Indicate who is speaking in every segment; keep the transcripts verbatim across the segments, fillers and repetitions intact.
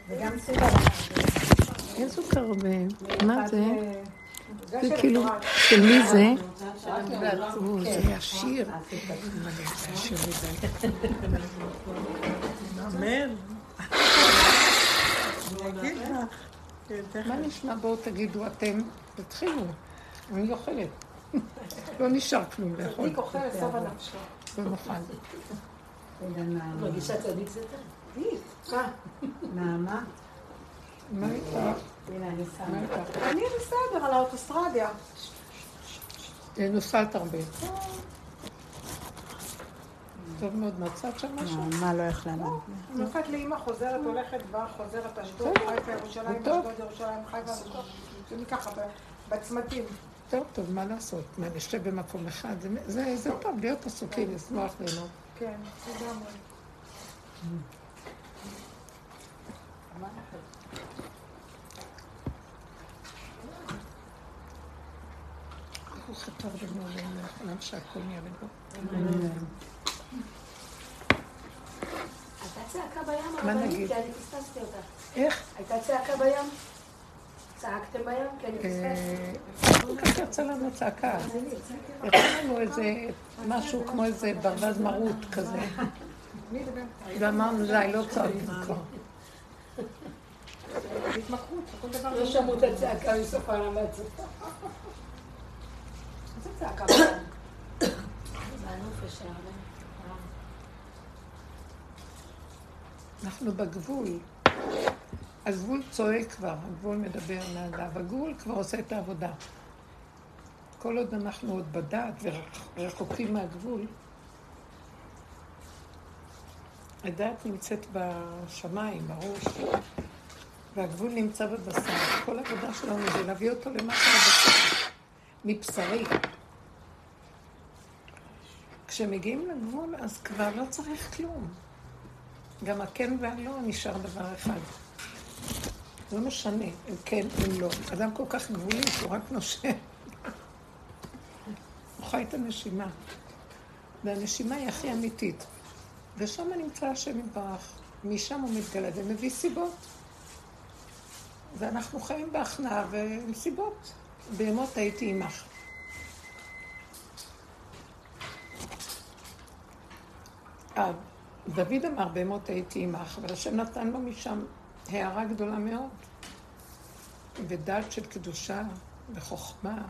Speaker 1: וגם סוכר.
Speaker 2: אין סוכר הרבה. מה זה? זה כאילו, של מי זה? זה השיר. זה השיר מדי.
Speaker 3: אמן.
Speaker 2: מה נשמע? בואו תגידו אתם, תתחילו. אני אוכלת. לא נשאר כלום לאכול.
Speaker 1: צדיק אוכל לסוף הנפשו.
Speaker 2: לא נאכל.
Speaker 1: מרגישה צדיק זה צדיק. מה?
Speaker 4: נעמה?
Speaker 2: מה איתה?
Speaker 4: הנה, אני שמה.
Speaker 1: אני בסדר, על האוטוסטרדיה.
Speaker 2: נוסעת הרבה. טוב מאוד, מצאת שם משהו?
Speaker 4: נעמה לא יכלה לנו.
Speaker 1: נופת לאמא חוזרת, הולכת, באה, חוזרת, אשדוד, חיפה, ירושלים, אשדוד, ירושלים, חיפה, זה מככה, בצמתים.
Speaker 2: טוב, טוב, מה לעשות? מה, נשב במקום אחד? זה טוב, להיות עסוקים, לשמוח לנו.
Speaker 1: כן, לגמרי.
Speaker 2: הוא חתר בנו לעולם שהכל נהיה בנו.
Speaker 5: הייתה צעקה בים
Speaker 2: מה
Speaker 5: הרבנית,
Speaker 2: נגיד?
Speaker 5: כי אני פספסתי אותה.
Speaker 2: איך?
Speaker 5: הייתה צעקה בים? צעקתם בים? כי אני פספסתי.
Speaker 2: ככה יצא לנו צעקה. יצא לנו איזה משהו כמו איזה ברווז מרות כזה. ואמרנו, די, לא צעקנו כבר.
Speaker 1: התמכרות, כל דבר.
Speaker 5: לא שמעו את הצעקה מסופה למצופה.
Speaker 1: איזה צעקה בים?
Speaker 5: זה הנופש שלנו.
Speaker 2: אנחנו בגבול. הגבול צועק כבר, הגבול מדבר נעדיו. הגבול כבר עושה את העבודה. כל עוד אנחנו עוד בדעת ורחוקים מהגבול, הדעת נמצאת בשמיים, בראש, והגבול נמצא בבשר. כל העבודה שלנו זה להביא אותו למטה לבשר, מבשרי. כשמגיעים לגבול, אז כבר לא צריך כלום. גם הכן והלא נשאר דבר אחד. לא משנה, אם כן, אם לא. אדם כל כך גבולי, הוא רק נושם. הוא חי את הנשימה. והנשימה היא הכי אמיתית. ושם נמצא השם יתברך. משם הוא מתגלה ומביא סיבות. ואנחנו חיים בהכנעה ועם סיבות. בהמות הייתי עמך. אה, דוד אמר בהמות הייתי עמך, אבל השם נתן לו משם הערה גדולה מאוד. ודעת של קדושה וחוכמה.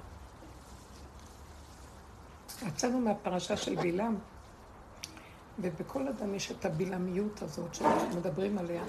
Speaker 2: יצאנו מהפרשה של בלעם, ובכל אדם יש את הבלעמיות הזאת שאנחנו מדברים עליה.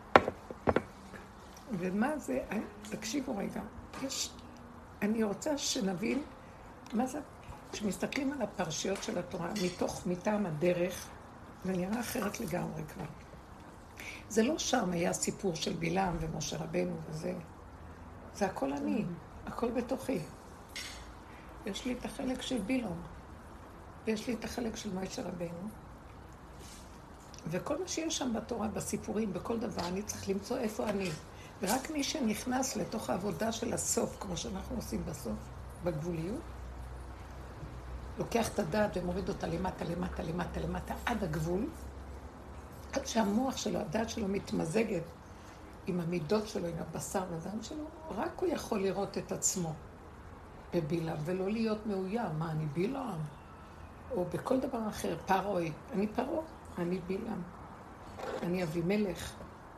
Speaker 2: ומה זה, תקשיבו רגע, יש, אני רוצה שנבין מה זה, כשמסתכלים על הפרשיות של התורה, מתוך מטעם הדרך, זה נראה אחרת לגמרי כבר. זה לא שם היה סיפור של בלעם ומשה רבנו וזה, זה הכל אני, הכל בתוכי. יש לי את החלק של בלעם, ויש לי את החלק של משה רבנו, וכל מה שיש שם בתורה, בסיפורים, בכל דבר, אני צריך למצוא איפה אני. ורק מי שנכנס לתוך העבודה של הסוף, כמו שאנחנו עושים בסוף, בגבוליות, לוקח את הדעת ומוריד אותה למטה, למטה, למטה, למטה, עד הגבול, עד שהמוח שלו, הדעת שלו מתמזגת עם המידות שלו, עם הבשר והדם שלו, רק הוא יכול לראות את עצמו בבלעם, ולא להיות מאוים. מה, אני בלעם? או בכל דבר אחר, פרוי. אני פרעה, אני בלעם. אני אבימלך.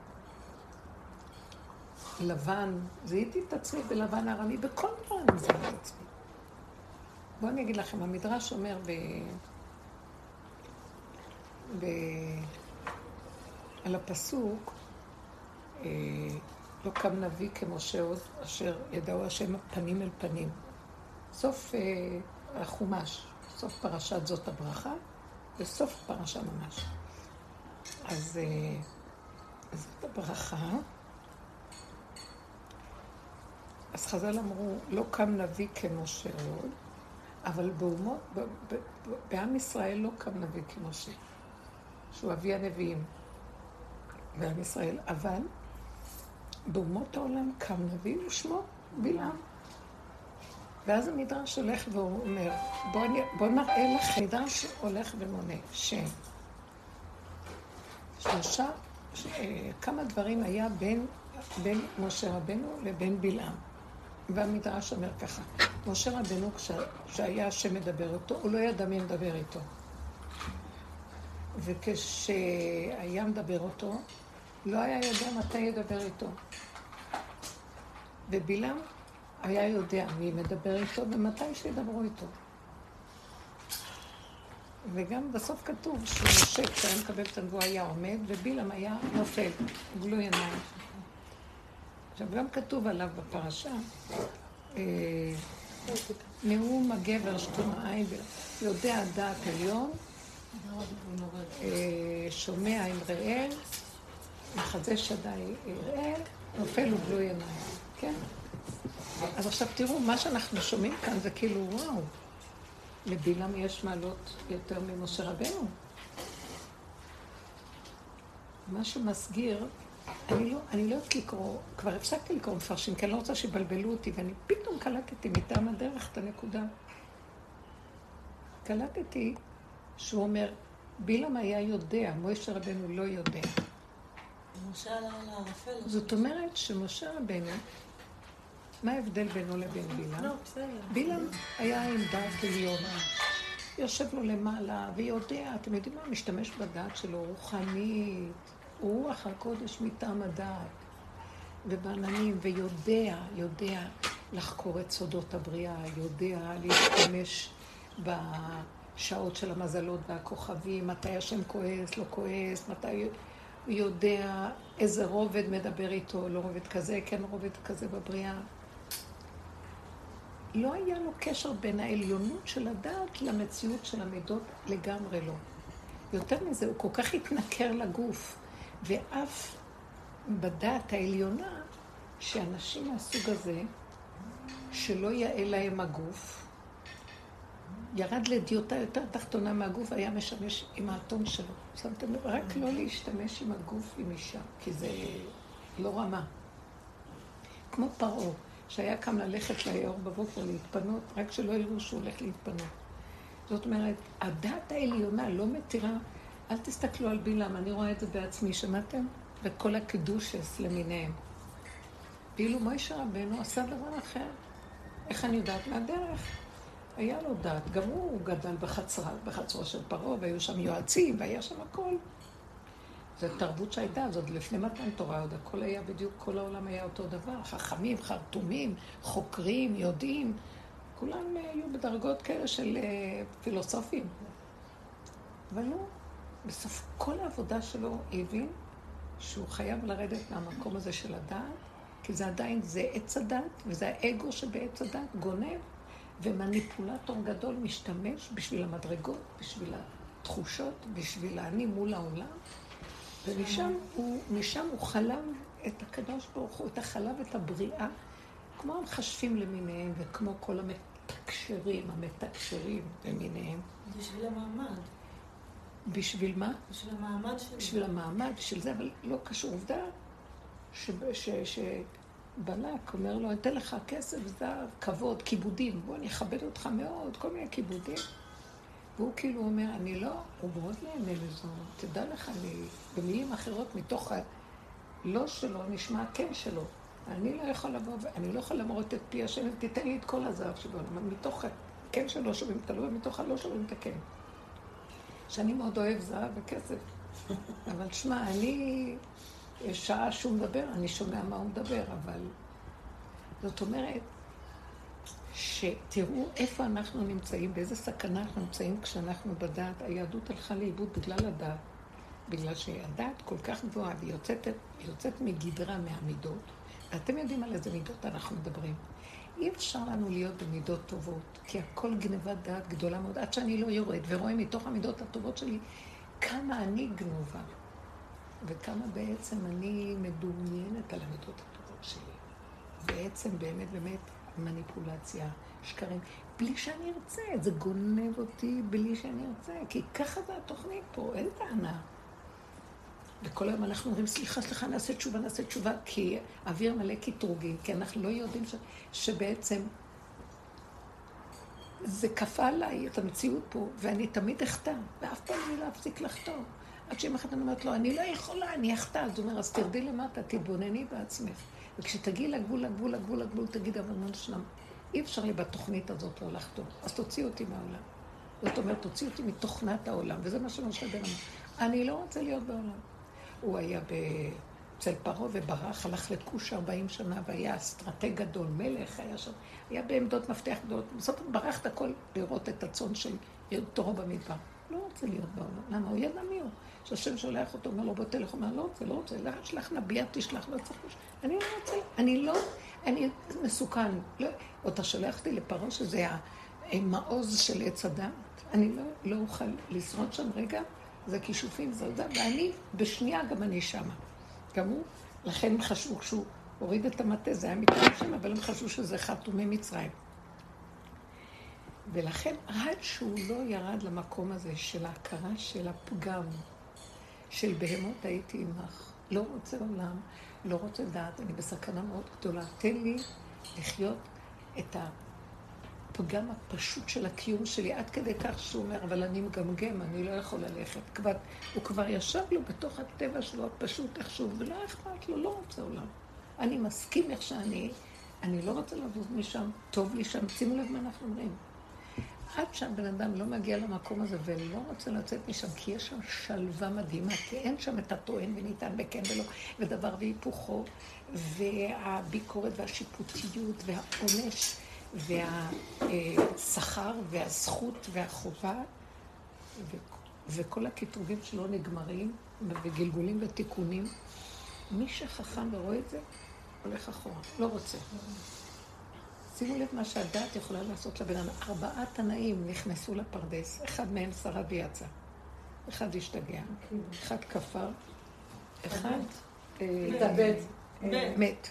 Speaker 2: לבן, זיהיתי את עצמי בלבן הרמי, בכל דבר אני זיהיתי את עצמי. בואו אני אגיד לכם, המדרש אומר ב... ב... על הפסוק, אה, לא קם נביא כמשה עוז, אשר ידעו השם פנים אל פנים. סוף אה, החומש, סוף פרשת זאת הברכה, וסוף פרשה ממש. אז אה, זאת הברכה. אז חז"ל אמרו, לא קם נביא כמשה עוד, אבל באומות, ב, ב, ב, בעם ישראל לא קם נביא כמשה, שהוא אבי הנביאים בעם ישראל, אבל באומות העולם קם נביא ושמו בלעם. ואז המדרש הולך והוא אומר, בוא, בוא נראה לך, המדרש הולך ומונה, שם. שלושה כמה דברים היה בין, בין משה רבנו לבין בלעם. והמדרש אומר ככה, משה רבנו כשהיה השם מדבר אותו, הוא לא ידע מי מדבר איתו. וכשהיה מדבר אותו, לא היה יודע מתי ידבר איתו. ובלעם היה יודע מי מדבר איתו ומתי שידברו איתו. וגם בסוף כתוב שמשה כשהיה מקבל את הנבואה היה עומד ובלעם היה נופל, גלוי עיניים. עכשיו גם כתוב עליו בפרשה, נאום הגבר שתום העין, יודע דעת עליון, שומע עם ראל, מחזה שדי ראל, נופל וגלוי עיניים, כן? אז עכשיו תראו, מה שאנחנו שומעים כאן זה כאילו וואו, לבלעם יש מעלות יותר ממשה רבנו. משהו מסגיר, אני לא, אני לא יודעת לקרוא, כבר הפסקתי לקרוא מפרשים, כי אני לא רוצה שיבלבלו אותי, ואני פתאום קלטתי מטעם הדרך את הנקודה. קלטתי שהוא אומר, בלעם היה יודע, משה רבנו לא יודע.
Speaker 3: משה עלה על הערפל.
Speaker 2: זאת אומרת שמשה רבנו, מה ההבדל בינו לבין בלעם?
Speaker 3: לא, בסדר.
Speaker 2: בלעם היה עם דעת עליונה. יושב לו למעלה ויודע, אתם יודעים מה? משתמש בדעת שלו, רוחנית, רוח הקודש מטעם הדעת, ובעננים, ויודע, יודע לחקור את סודות הבריאה, יודע להשתמש בשעות של המזלות והכוכבים, מתי השם כועס, לא כועס, מתי הוא יודע איזה רובד מדבר איתו, לא רובד כזה, כן רובד כזה בבריאה. לא היה לו קשר בין העליונות של הדעת למציאות של המידות, לגמרי לא. יותר מזה, הוא כל כך התנכר לגוף, ואף בדעת העליונה, שאנשים מהסוג הזה, שלא יאה להם הגוף, ירד לדיוטה יותר תחתונה מהגוף, היה משמש עם האטום שלו. שמתם לב, רק לא להשתמש עם הגוף עם אישה, כי זה לא רמה. כמו פרעה, שהיה קם ללכת ליאור בבוקר להתפנות, רק שלא יראו שהוא הולך להתפנות. זאת אומרת, הדת העליונה לא מתירה, אל תסתכלו על בלעם, אני רואה את זה בעצמי, שמעתם? וכל הקדושס למיניהם. ואילו משה רבנו עשה דבר אחר. איך אני יודעת? מהדרך. היה לו דת, גם הוא גדל בחצרה, בחצרו של פרעה, והיו שם יועצים, והיה שם הכל. זו תרבות שהייתה, זאת לפני מתן תורה, עוד הכל היה בדיוק, כל העולם היה אותו דבר, חכמים, חרטומים, חוקרים, יודעים, כולם היו בדרגות כאלה של פילוסופים. אבל הוא, בסוף כל העבודה שלו הבין שהוא חייב לרדת מהמקום הזה של הדעת, כי זה עדיין, זה עץ הדעת, וזה האגו שבעץ הדעת גונב, ומניפולטור גדול משתמש בשביל המדרגות, בשביל התחושות, בשביל האני מול העולם, ומשם הוא, משם הוא חלב את הקדוש ברוך הוא, את החלב, את הבריאה, כמו המחשבים למיניהם, וכמו כל המתקשרים, המתקשרים למיניהם.
Speaker 3: בשביל המעמד.
Speaker 2: בשביל מה?
Speaker 3: בשביל המעמד שלו.
Speaker 2: בשביל המעמד, בשביל זה, אבל לא קשור. עובדה שבלק אומר לו, אני אתן לך כסף, זהב, כבוד, כיבודים, בוא אני אכבד אותך מאוד, כל מיני כיבודים. והוא כאילו אומר, אני לא, הוא מאוד נהנה לזו, תדע לך, אני במילים אחרות מתוך הלא שלו, נשמע הכן שלו. אני לא יכול לבוא, אני לא יכול למרות את פי השם, תיתן לי את כל הזהב שבו, מתוך הכן שלו שומעים את הלא, ומתוך הלא שומעים את הכן. שאני מאוד אוהב זהב וכסף. אבל שמע, אני, שעה שהוא מדבר, אני שומע מה הוא מדבר, אבל זאת אומרת, שתראו איפה אנחנו נמצאים, באיזה סכנה אנחנו נמצאים כשאנחנו בדעת. היהדות הלכה לאיבוד בגלל הדעת, בגלל שהדעת כל כך גבוהה, והיא יוצאת, יוצאת מגדרה מהמידות. ואתם יודעים על איזה מידות אנחנו מדברים. אי אפשר לנו להיות במידות טובות, כי הכל גנבת דעת גדולה מאוד, עד שאני לא יורד ורואה מתוך המידות הטובות שלי כמה אני גנובה, וכמה בעצם אני מדומיינת על המידות הטובות שלי. בעצם באמת באמת מניפולציה, שקרים, בלי שאני ארצה, זה גונב אותי בלי שאני ארצה, כי ככה זה התוכנית פה, אין טענה. וכל היום אנחנו אומרים, סליחה, סליחה, נעשה תשובה, נעשה תשובה, כי אוויר מלא קטרוגים, כי אנחנו לא יודעים ש... שבעצם זה כפה עליי את המציאות פה, ואני תמיד אחטא, ואף פעם אני לא אפסיק לחטוא. עד שיום אחד אני אומרת לו, אני לא יכולה, אני אחטא. אז הוא אומר, אז תרדי למטה, תתבונני בעצמך. וכשתגיעי לגבול, לגבול, לגבול, לגבול, תגיד, אבל נו שלם, אי אפשר לי בתוכנית הזאת לא לחתום. אז תוציא אותי מהעולם. זאת אומרת, תוציא אותי מתוכנת העולם. וזה מה שמשה רבנו אמר. אני לא רוצה להיות בעולם. הוא היה אצל פרעה וברח, הלך לכוש ארבעים שנה, והיה אסטרטג גדול, מלך, היה שם, היה בעמדות מפתח גדולות. בסוף ברח את הכל לראות את הצאן של תורו במדבר. לא רוצה להיות בעולם. למה? הוא ידע מי הוא. שהשם שולח אותו, אומר לו, בוא תלך, הוא אומר, לא רוצה, לא רוצה, שלח נביאה, תשלח, לא צריך, אני לא רוצה, אני לא, אני מסוכן. לא, אותה שלחתי לפרעה שזה המעוז של עץ הדת, אני לא, לא אוכל לשרוד שם רגע, זה כישופים, זה יודע, ואני, בשנייה גם אני שמה. גם הוא, לכן הם חשבו, כשהוא הוריד את המטה, זה היה מתאים שם, אבל הם חשבו שזה חתומי מצרים. ולכן, עד שהוא לא ירד למקום הזה של ההכרה של הפגם, של בהמות הייתי עמך, לא רוצה עולם, לא רוצה דעת, אני בסכנה מאוד גדולה. תן לי לחיות את הפגם הפשוט של הקיום שלי, עד כדי כך שהוא אומר, אבל אני מגמגם, אני לא יכול ללכת. כבר, הוא כבר ישב לו בתוך הטבע שלו הפשוט איכשהו, ולא אכפת לו, לא רוצה עולם. אני מסכים איך שאני, אני לא רוצה לעבוד משם, טוב לי שם, שימו לב מה אנחנו אומרים. עד שהבן אדם לא מגיע למקום הזה ולא רוצה לצאת משם, כי יש שם שלווה מדהימה, כי אין שם את הטוען וניתן בכן ולא, ודבר והיפוכו, והביקורת והשיפוטיות והעונש והשכר והזכות והחובה, וכל הכיתובים שלא נגמרים, וגלגולים ותיקונים. מי שחכם ורואה את זה, הולך אחורה, לא רוצה. שימו לב מה שהדעת יכולה לעשות לבן אדם. ארבעה תנאים נכנסו לפרדס, אחד מהם שרד ויצא. אחד השתגע, אחד כפר, אחד
Speaker 4: מתאבד.
Speaker 2: מת.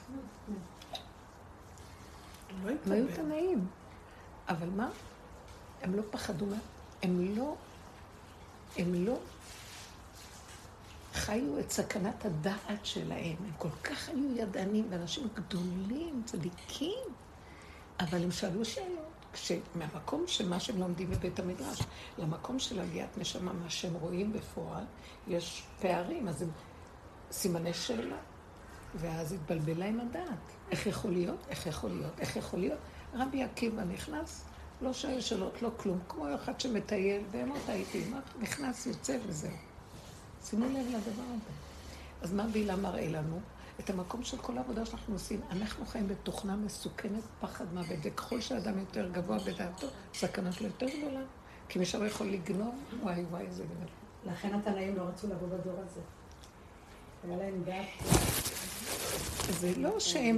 Speaker 2: הם היו תנאים. אבל מה? הם לא פחדו מה? הם לא, הם לא חיו את סכנת הדעת שלהם. הם כל כך היו ידענים, ואנשים גדולים, צדיקים. אבל הם שאלו שאלות, כשמהמקום של מה שהם לומדים בבית המדרש, למקום של עליית נשמה, מה שהם רואים בפועל, יש פערים, אז הם סימני שאלה, ואז התבלבלה עם הדעת. איך יכול להיות? איך יכול להיות? איך יכול להיות? רבי עקיבא נכנס, לא שואל שאלות, לא כלום, כמו אחד שמטייל, בהמות הייתי, נכנס, יוצא וזהו. שימו לב לדבר הזה. אז מה בילה מראה לנו? את המקום של כל העבודה שאנחנו עושים, אנחנו חיים בתוכנה מסוכנת, פחד מוות, וככל שהאדם יותר גבוה בדעתו, סכנה שלו יותר גדולה, כי מי שלא יכול לגנוב, וואי וואי, זה גדול.
Speaker 4: לכן התנאים לא רצו לבוא בדור הזה. היה להם דעת.
Speaker 2: זה לא שהם...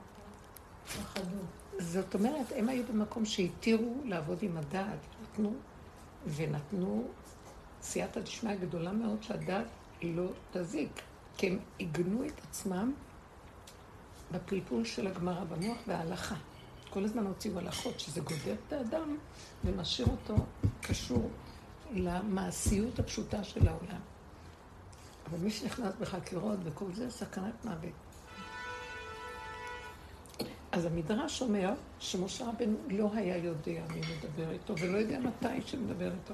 Speaker 2: זאת אומרת, הם היו במקום שהתירו לעבוד עם הדעת, נתנו, ונתנו סייעתא דשמיא גדולה מאוד שהדעת לא תזיק. כי הם עיגנו את עצמם בפלפול של הגמרא במוח וההלכה. כל הזמן הוציאו הלכות שזה גודר את האדם ומשאיר אותו קשור למעשיות הפשוטה של העולם. אבל מי שנכנס בחקירות וכל זה, סכנת מוות. אז המדרש אומר שמשה רבנו לא היה יודע מי מדבר איתו, ולא יודע מתי שמדבר איתו.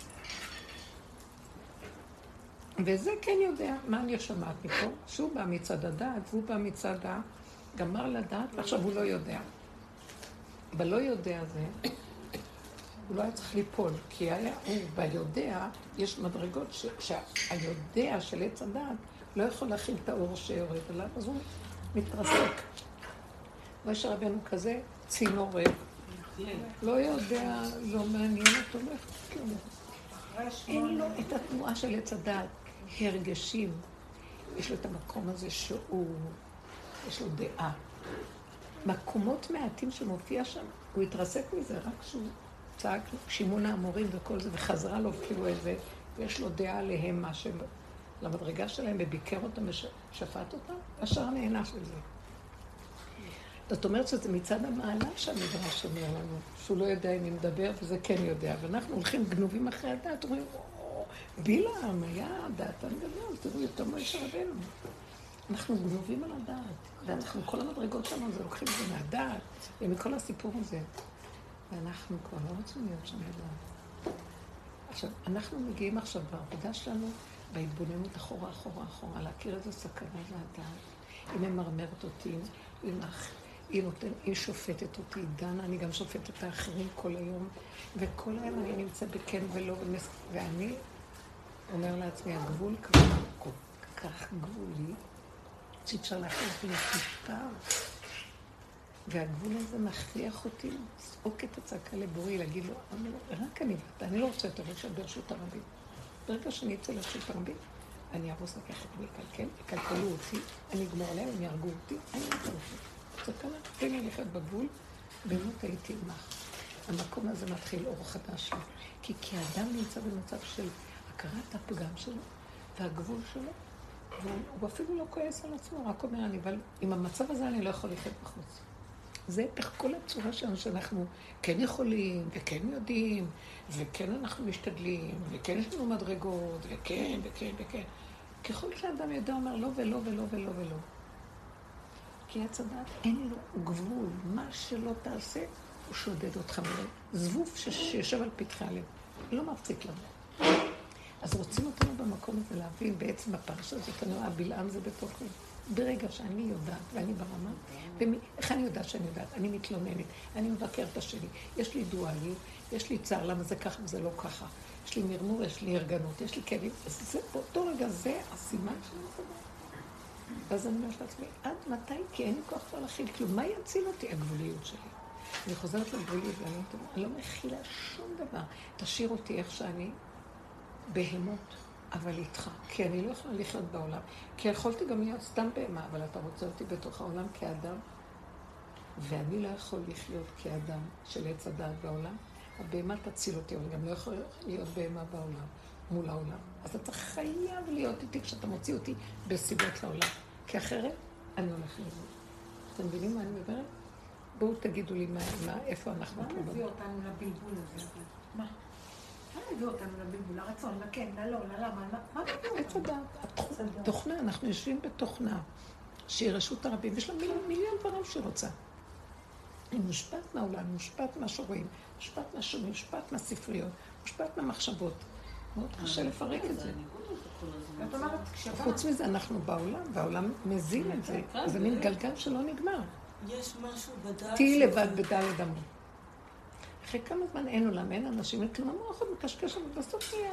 Speaker 2: וזה כן יודע, מה אני שמעת מפה? שהוא בא מצד הדעת, והוא בא מצד הגמר לדעת, ועכשיו הוא לא יודע. בלא יודע זה, הוא לא היה צריך ליפול, כי היה, הוא ביודע, יש מדרגות ש, שהיודע של עץ הדעת לא יכול להכיל את האור שיורד עליו, אז הוא מתרסק. ויש רבנו כזה צינור ריק. לא יודע, לא מעניין אותו, לא יכול. אין לו את התנועה של עץ הדעת. הרגשים, יש לו את המקום הזה שהוא, יש לו דעה. מקומות מעטים שמופיע שם, הוא התרסק מזה, רק שהוא צעק שימון האמורים וכל זה, וחזרה לו כאילו איזה, ויש לו דעה עליהם, מה שהם, למדרגה שלהם, וביקר אותם ושפט אותם, השאר נענש לזה. זאת אומרת שזה מצד המעלה שהמדרש אומר לנו, שהוא לא יודע אם היא מדבר, וזה כן יודע, ואנחנו הולכים גנובים אחרי הדעת, אומרים, בלעם היה דעתן גדול, תראו יותר משה רבנו. אנחנו גנובים על הדעת, ואנחנו, כל המדרגות שלנו זה לוקחים את זה מהדעת, ומכל הסיפור הזה. ואנחנו כבר לא רוצים להיות שם לדעת. עכשיו, אנחנו מגיעים עכשיו בעבודה שלנו בהתבוננות אחורה, אחורה, אחורה, להכיר איזה סכנה לדעת. היא ממרמרת אותי, היא, היא, נותן, היא שופטת אותי, דנה, אני גם שופטת את האחרים כל היום, וכל היום אני נמצא בכן ולא, ומס... ואני אומר לעצמי, הגבול כבר כל כך גבולי, שאפשר להכניס לי טיפה. והגבול הזה מכריח אותי לצעוק את הצעקה לבורי, להגיד לו, רק אני באת, אני לא רוצה יותר לשם ברשות הרבים. ברגע שאני אצא לרשות הרבים, אני ארוס לקחת, אני אקלקל, יקלקלו אותי, אני אגמור עליהם, הם יהרגו אותי, אני אצא אותי. סכנה, תן לי לחיות בגבול, באמת הייתי עמך. המקום הזה מתחיל אור חדש לי. כי כאדם נמצא במצב של הכרת הפגם שלו והגבול שלו, והוא אפילו לא כועס על עצמו, רק אומר, אני, אבל עם המצב הזה אני לא יכול לחיות בחוץ. זה פך כל הצורה שלנו שאנחנו כן יכולים, וכן יודעים, וכן אנחנו משתדלים, וכן יש לנו מדרגות, וכן, וכן, וכן. ככל שאדם יודע, אומר לא ולא ולא ולא ולא. כי עץ הדעת אין לו גבול, מה שלא תעשה, הוא שודד אותך מלא. זבוב שיושב על פתחי הלב, לא מפסיק לנו. אז רוצים אותנו במקום הזה להבין, בעצם הפרשה הזאת, אני רואה, בלעם זה בתוכי. ברגע שאני יודעת, ואני ברמה, ומי, איך אני יודעת שאני יודעת? אני מתלוננת, אני מבקרת את השני, יש לי דואליות, יש לי צער, למה זה ככה וזה לא ככה. יש לי מרמור, יש לי הרגנות, יש לי כאבים. אז זה, באותו רגע, זה הסימן של זה. ואז אני אומרת לעצמי, עד מתי? כי אין לי כוח כבר להכיל כלום. מה יציל אותי? הגבוליות שלי. אני חוזרת לגבוליות, ואני אומרת, אני לא מכילה שום דבר. תשאיר אותי איך שאני בהמות. אבל איתך, כי אני לא יכולה לחיות בעולם. כי יכולתי גם להיות סתם בהמה, אבל אתה רוצה אותי בתוך העולם כאדם, ואני לא יכול לחיות כאדם של עץ הדעת בעולם. הבהמה תציל אותי, אבל גם לא יכול להיות בהמה בעולם, מול העולם. אז אתה חייב להיות איתי כשאתה מוציא אותי בסיבות לעולם. כי אחרת, אני הולך לזה. אתם מבינים מה אני מדברת? בואו תגידו לי מה, מה, איפה אנחנו פה.
Speaker 1: מה מביא אותנו לבלבול הזה? מה? מה מביא אותנו לבלבול? הרצון, לכן, ללא, ללמה, מה מביא אותנו?
Speaker 2: עץ הדעת, תוכנה, אנחנו יושבים בתוכנה, שהיא רשות הרבים, ויש לה מיליון דברים שהיא רוצה. היא מושפעת מהעולם, מושפעת מהשורים, מושפעת מהשומעים, מושפעת מהספריות, מושפעת מהמחשבות. מאוד קשה לפרק את זה.
Speaker 1: זאת אומרת,
Speaker 2: חוץ מזה, אנחנו בעולם, והעולם מזין את זה. זה מין גלגל שלא נגמר.
Speaker 3: יש משהו בדעת...
Speaker 2: תהי לבד בדלת אמות. אחרי כמה זמן אין עולם, אין אנשים, אין כלום, המוח עוד מקשקש, אבל בסוף נהיה.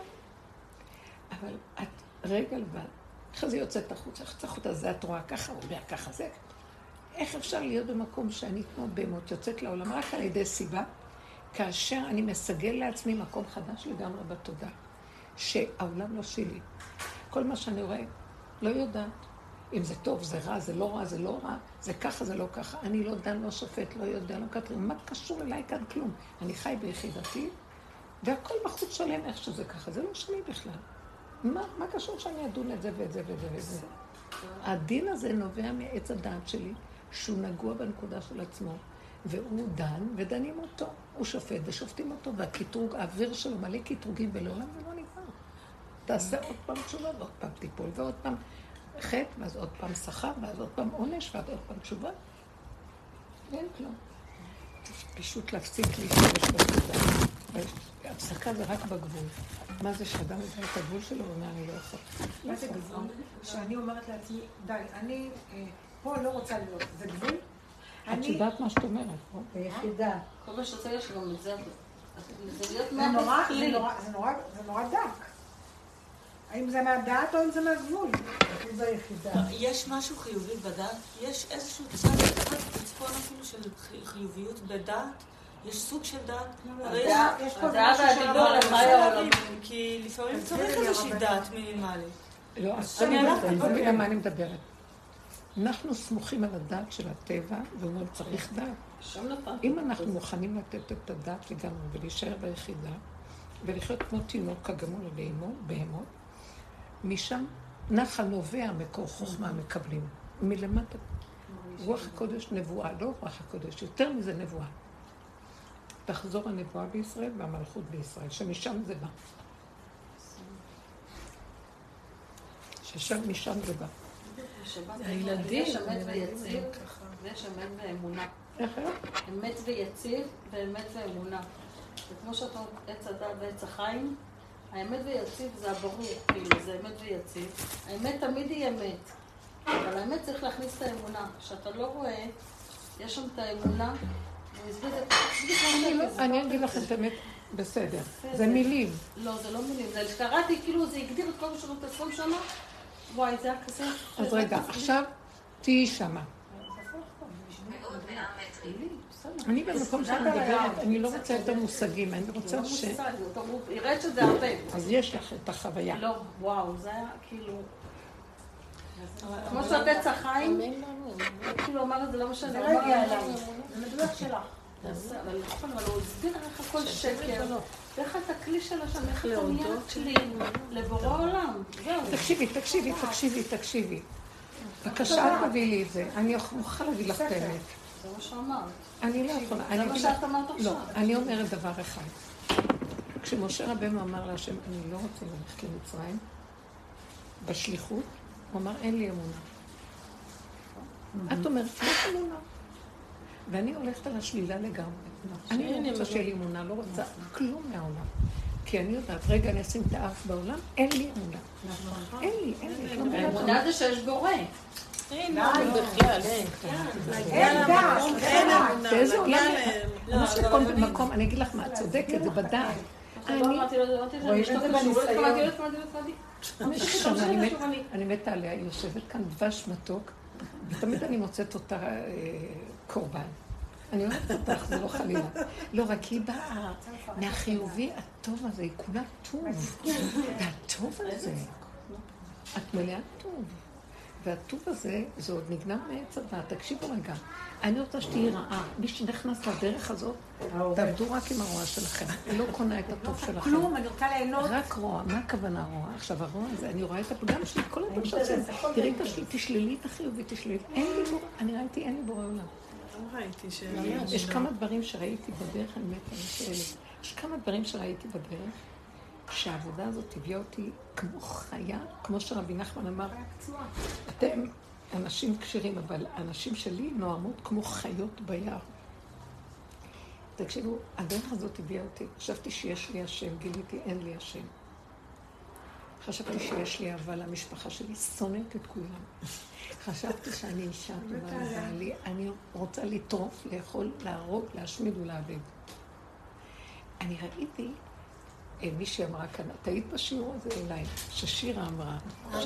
Speaker 2: אבל את רגע לבד, איך זה יוצאת החוץ, איך יוצאת החוץ, זה את רואה ככה, הוא אומר ככה, זה. איך אפשר להיות במקום שאני כמו בהמות יוצאת לעולם רק על ידי סיבה, כאשר אני מסגל לעצמי מקום חדש לגמרי בתודעה, שהעולם לא שלי. כל מה שאני רואה, לא יודעת. אם זה טוב, זה רע, זה לא רע, זה לא רע, זה ככה, זה לא ככה. אני לא דן, לא שופט, לא יודע, לא קטר. מה קשור אליי כאן? כלום. אני חי ביחידתי, והכל בחוץ שלם איך שזה ככה. זה לא שלי בכלל. מה, מה קשור שאני אדון את זה ואת זה ואת זה ואת זה? הדין הזה נובע מעץ הדעת שלי, שהוא נגוע בנקודה של עצמו, והוא דן, ודנים אותו. הוא שופט ושופטים אותו, והקיטרוג, האוויר שלו מלא קיטרוגים, ולעולם זה לא נגמר. תעשה עוד פעם תשובה, ועוד פעם טיפול, ועוד פעם חטא, ואז עוד פעם שכר, ואז עוד פעם עונש, ואז עוד פעם תשובה. אין כלום. פשוט להפסיק להשתמש בתודעה. הפסקה זה רק בגבול. מה זה שאדם יודע את הגבול שלו, ואומר, אני לא יכול.
Speaker 1: מה זה גבול? שאני אומרת לעצמי, די, אני פה לא רוצה להיות. זה גבול?
Speaker 2: את יודעת מה שאת אומרת, לא?
Speaker 4: ביחידה.
Speaker 6: כל מה שרוצה יש גם את זה. זה להיות
Speaker 1: זה נורא,
Speaker 6: מה
Speaker 1: זה נורא, זה נורא, זה נורא דק. האם זה מהדעת או אם זה מהגבול?
Speaker 4: זה היחידה.
Speaker 3: יש משהו חיובי בדעת? יש איזשהו צד אחד, בצפון אפילו של חיוביות בדעת? יש סוג של דעת? הרי
Speaker 1: יש פה
Speaker 6: הדעה
Speaker 1: משהו של
Speaker 6: והדיבור
Speaker 1: הרב.
Speaker 6: לחי העולמי.
Speaker 3: כי לפעמים צריך איזושהי דעת מינימלית.
Speaker 2: לא, אז
Speaker 3: אני
Speaker 2: אני
Speaker 3: הלכתי,
Speaker 2: לא מבינה מה אני מדברת. אנחנו סמוכים על הדעת של הטבע, ואומרים, צריך דעת. אם אנחנו מוכנים לתת את הדעת לגמרי ולהישאר ביחידה, ולחיות כמו תינוק כגמול בהמות, משם נחל נובע מקור חוכמה מקבלים. מלמטה. רוח הקודש נבואה, לא רוח הקודש, יותר מזה נבואה. תחזור הנבואה בישראל והמלכות בישראל, שמשם זה בא. ששם משם זה בא.
Speaker 6: הילדים, יש אמת ויציב, ויש אמת ואמונה.
Speaker 2: איך?
Speaker 6: אמת ויציב ואמת ואמונה. זה כמו שאתה עץ הדת ועץ החיים, האמת ויציב זה הברור, כאילו, זה אמת ויציב. האמת תמיד היא אמת. אבל האמת צריך להכניס את האמונה. כשאתה לא רואה, יש שם את האמונה,
Speaker 2: אני אגיד לכם את האמת, בסדר. זה מילים.
Speaker 6: לא, זה לא מילים. זה שקראתי, כאילו, זה הגדיר את כל מה שאנחנו עשרים שנה. וואי, זה היה כזה...
Speaker 2: אז רגע, עכשיו תהיי שמה. אני במקום שאני מדברת, אני לא רוצה את המושגים, אני רוצה ש...
Speaker 6: הוא יראה שזה הרבה.
Speaker 2: אז יש לך את החוויה.
Speaker 6: לא, וואו, זה היה כאילו... כמו שהבץ החיים, כאילו אמר את זה לא משנה.
Speaker 5: זה לא הגיע אליי, זה מדויק שלך.
Speaker 6: אבל נכון, אבל הוא הסביר איך הכל שקר. ואיך את הכלי שלה שם, איך אתה נהיה כלי לבורא עולם.
Speaker 2: תקשיבי, תקשיבי, תקשיבי, תקשיבי. בבקשה, תביא לי את זה. אני מוכרחה להגיד לך את האמת.
Speaker 6: זה מה שאמרת.
Speaker 2: אני לא יכולה.
Speaker 6: זה מה שאת אמרת עכשיו.
Speaker 2: לא, אני אומרת דבר אחד. כשמשה רבנו אמר להשם, אני לא רוצה ללכת למצרים, בשליחות, הוא אמר, אין לי אמונה. את אומרת, יש אמונה. ואני הולכת על השלילה לגמרי. אני לא רוצה שיהיה לי אמונה, לא רוצה כלום מהעולם. כי אני יודעת, רגע, אני אשים את האף בעולם, אין לי אמונה. אין לי, אין לי.
Speaker 6: האמונה זה שיש בורא.
Speaker 3: אין אמונה בכלל.
Speaker 1: אין דעת, אין אמונה.
Speaker 2: באיזה עולם? מה שכל במקום, אני אגיד לך מה, את צודקת, זה בדעת.
Speaker 6: אני אמרתי לו, אמרתי לו, יש לו קשור,
Speaker 2: אני מתה עליה, היא יושבת כאן דבש מתוק, ותמיד אני מוצאת אותה קורבן. אני אוהבת אותך, זה לא חלילה. לא, רק היא באה מהחיובי הטוב הזה, היא כולה טוב. והטוב הזה, את מלאה טוב. והטוב הזה, זה עוד נגנב מעץ הדעת. תקשיבו רגע, אני רוצה שתהי רעה. מי שנכנס לדרך הזאת, תעבדו רק עם הרוע שלכם. אני לא קונה את הטוב שלכם.
Speaker 1: כלום, אני רוצה ליהנות.
Speaker 2: רק רוע. מה הכוונה רוע? עכשיו, הרוע הזה, אני רואה את הפגם שלי, כל הדבר שעושים. תראי את השלי, תשללי את החיובי, תשללי. אין לי בורא, אני ראיתי, אין לי בורא עולם.
Speaker 3: ראיתי ש...
Speaker 2: יש כמה דברים שראיתי בדרך, אני מתה על השאלה. יש כמה דברים שראיתי בדרך, שהעבודה הזאת הביאה אותי כמו חיה, כמו שרבי נחמן אמר, אתם אנשים קשירים, אבל האנשים שלי נועמות כמו חיות ביער. תקשיבו, הדרך הזאת הביאה אותי, חשבתי שיש לי השם, גיליתי אין לי השם. חשבתי שיש לי אהבה למשפחה שלי, שונאת את כולם. חשבתי שאני אישה טובה לבעלי, אני רוצה לטרוף, לאכול, להרוג, להשמיד ולאבד. אני ראיתי, מישהי אמרה כאן, את היית בשיעור הזה אליי, ששירה אמרה,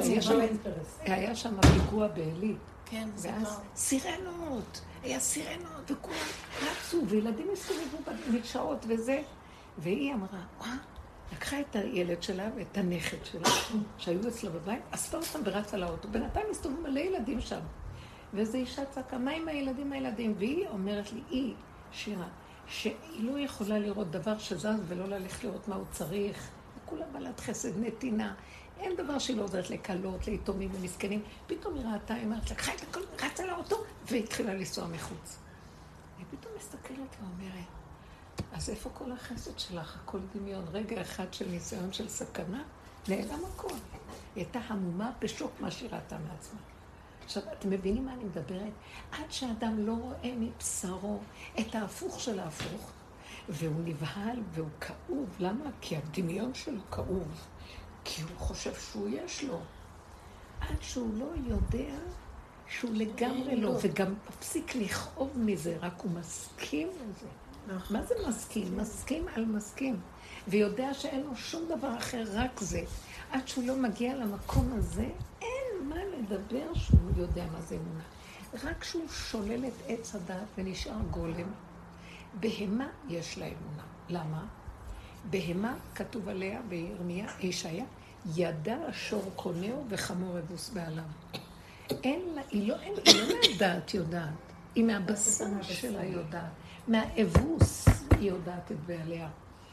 Speaker 2: שהיה שם פיגוע בעלי, ואז סירנות, היה סירנות, וכולם רצו, וילדים הסתובבו במדשאות וזה, והיא אמרה, וואה, לקחה את הילד שלה ואת הנכד שלה, שהיו אצלה בבית, אספה אותם ורצה לאוטו. בינתיים הסתובבו מלא ילדים שם. ואיזו אישה צעקה, מה עם הילדים הילדים? והיא אומרת לי, היא, שירה, שהיא לא יכולה לראות דבר שזז ולא ללכת לראות מה הוא צריך. וכולה בעלת חסד, נתינה. אין דבר שהיא לא עוזרת לקלות, ליתומים ומסכנים. פתאום היא ראתה, היא אומרת, לקחה את הכל, רצה לאוטו, והתחילה לנסוע מחוץ. היא פתאום מסתכלת ואומרת, אז איפה כל החסד שלך? הכל דמיון. רגע אחד של ניסיון של סכנה, נעלם הכל. היא הייתה המומה בשוק מה שהיא ראתה מעצמה. עכשיו, אתם מבינים מה אני מדברת? עד שאדם לא רואה מבשרו את ההפוך של ההפוך, והוא נבהל והוא כאוב. למה? כי הדמיון שלו כאוב. כי הוא חושב שהוא יש לו. עד שהוא לא יודע שהוא לגמרי לא, וגם מפסיק לכאוב מזה, רק הוא מסכים לזה. מה זה מסכים? מסכים על מסכים. ויודע שאין לו שום דבר אחר, רק זה. עד שהוא לא מגיע למקום הזה, אין מה לדבר שהוא יודע מה זה אמונה. רק שהוא שולל את עץ הדעת ונשאר גולם, בהמה יש לה אמונה. למה? בהמה כתוב עליה בירמיה, ישעיה, ידע שור קונהו וחמור אבוס בעליו. אין לה, היא לא, אין, היא לא מהדעת יודעת, היא מהבשר שלה יודעת. מהאבוס היא יודעת את בעליה.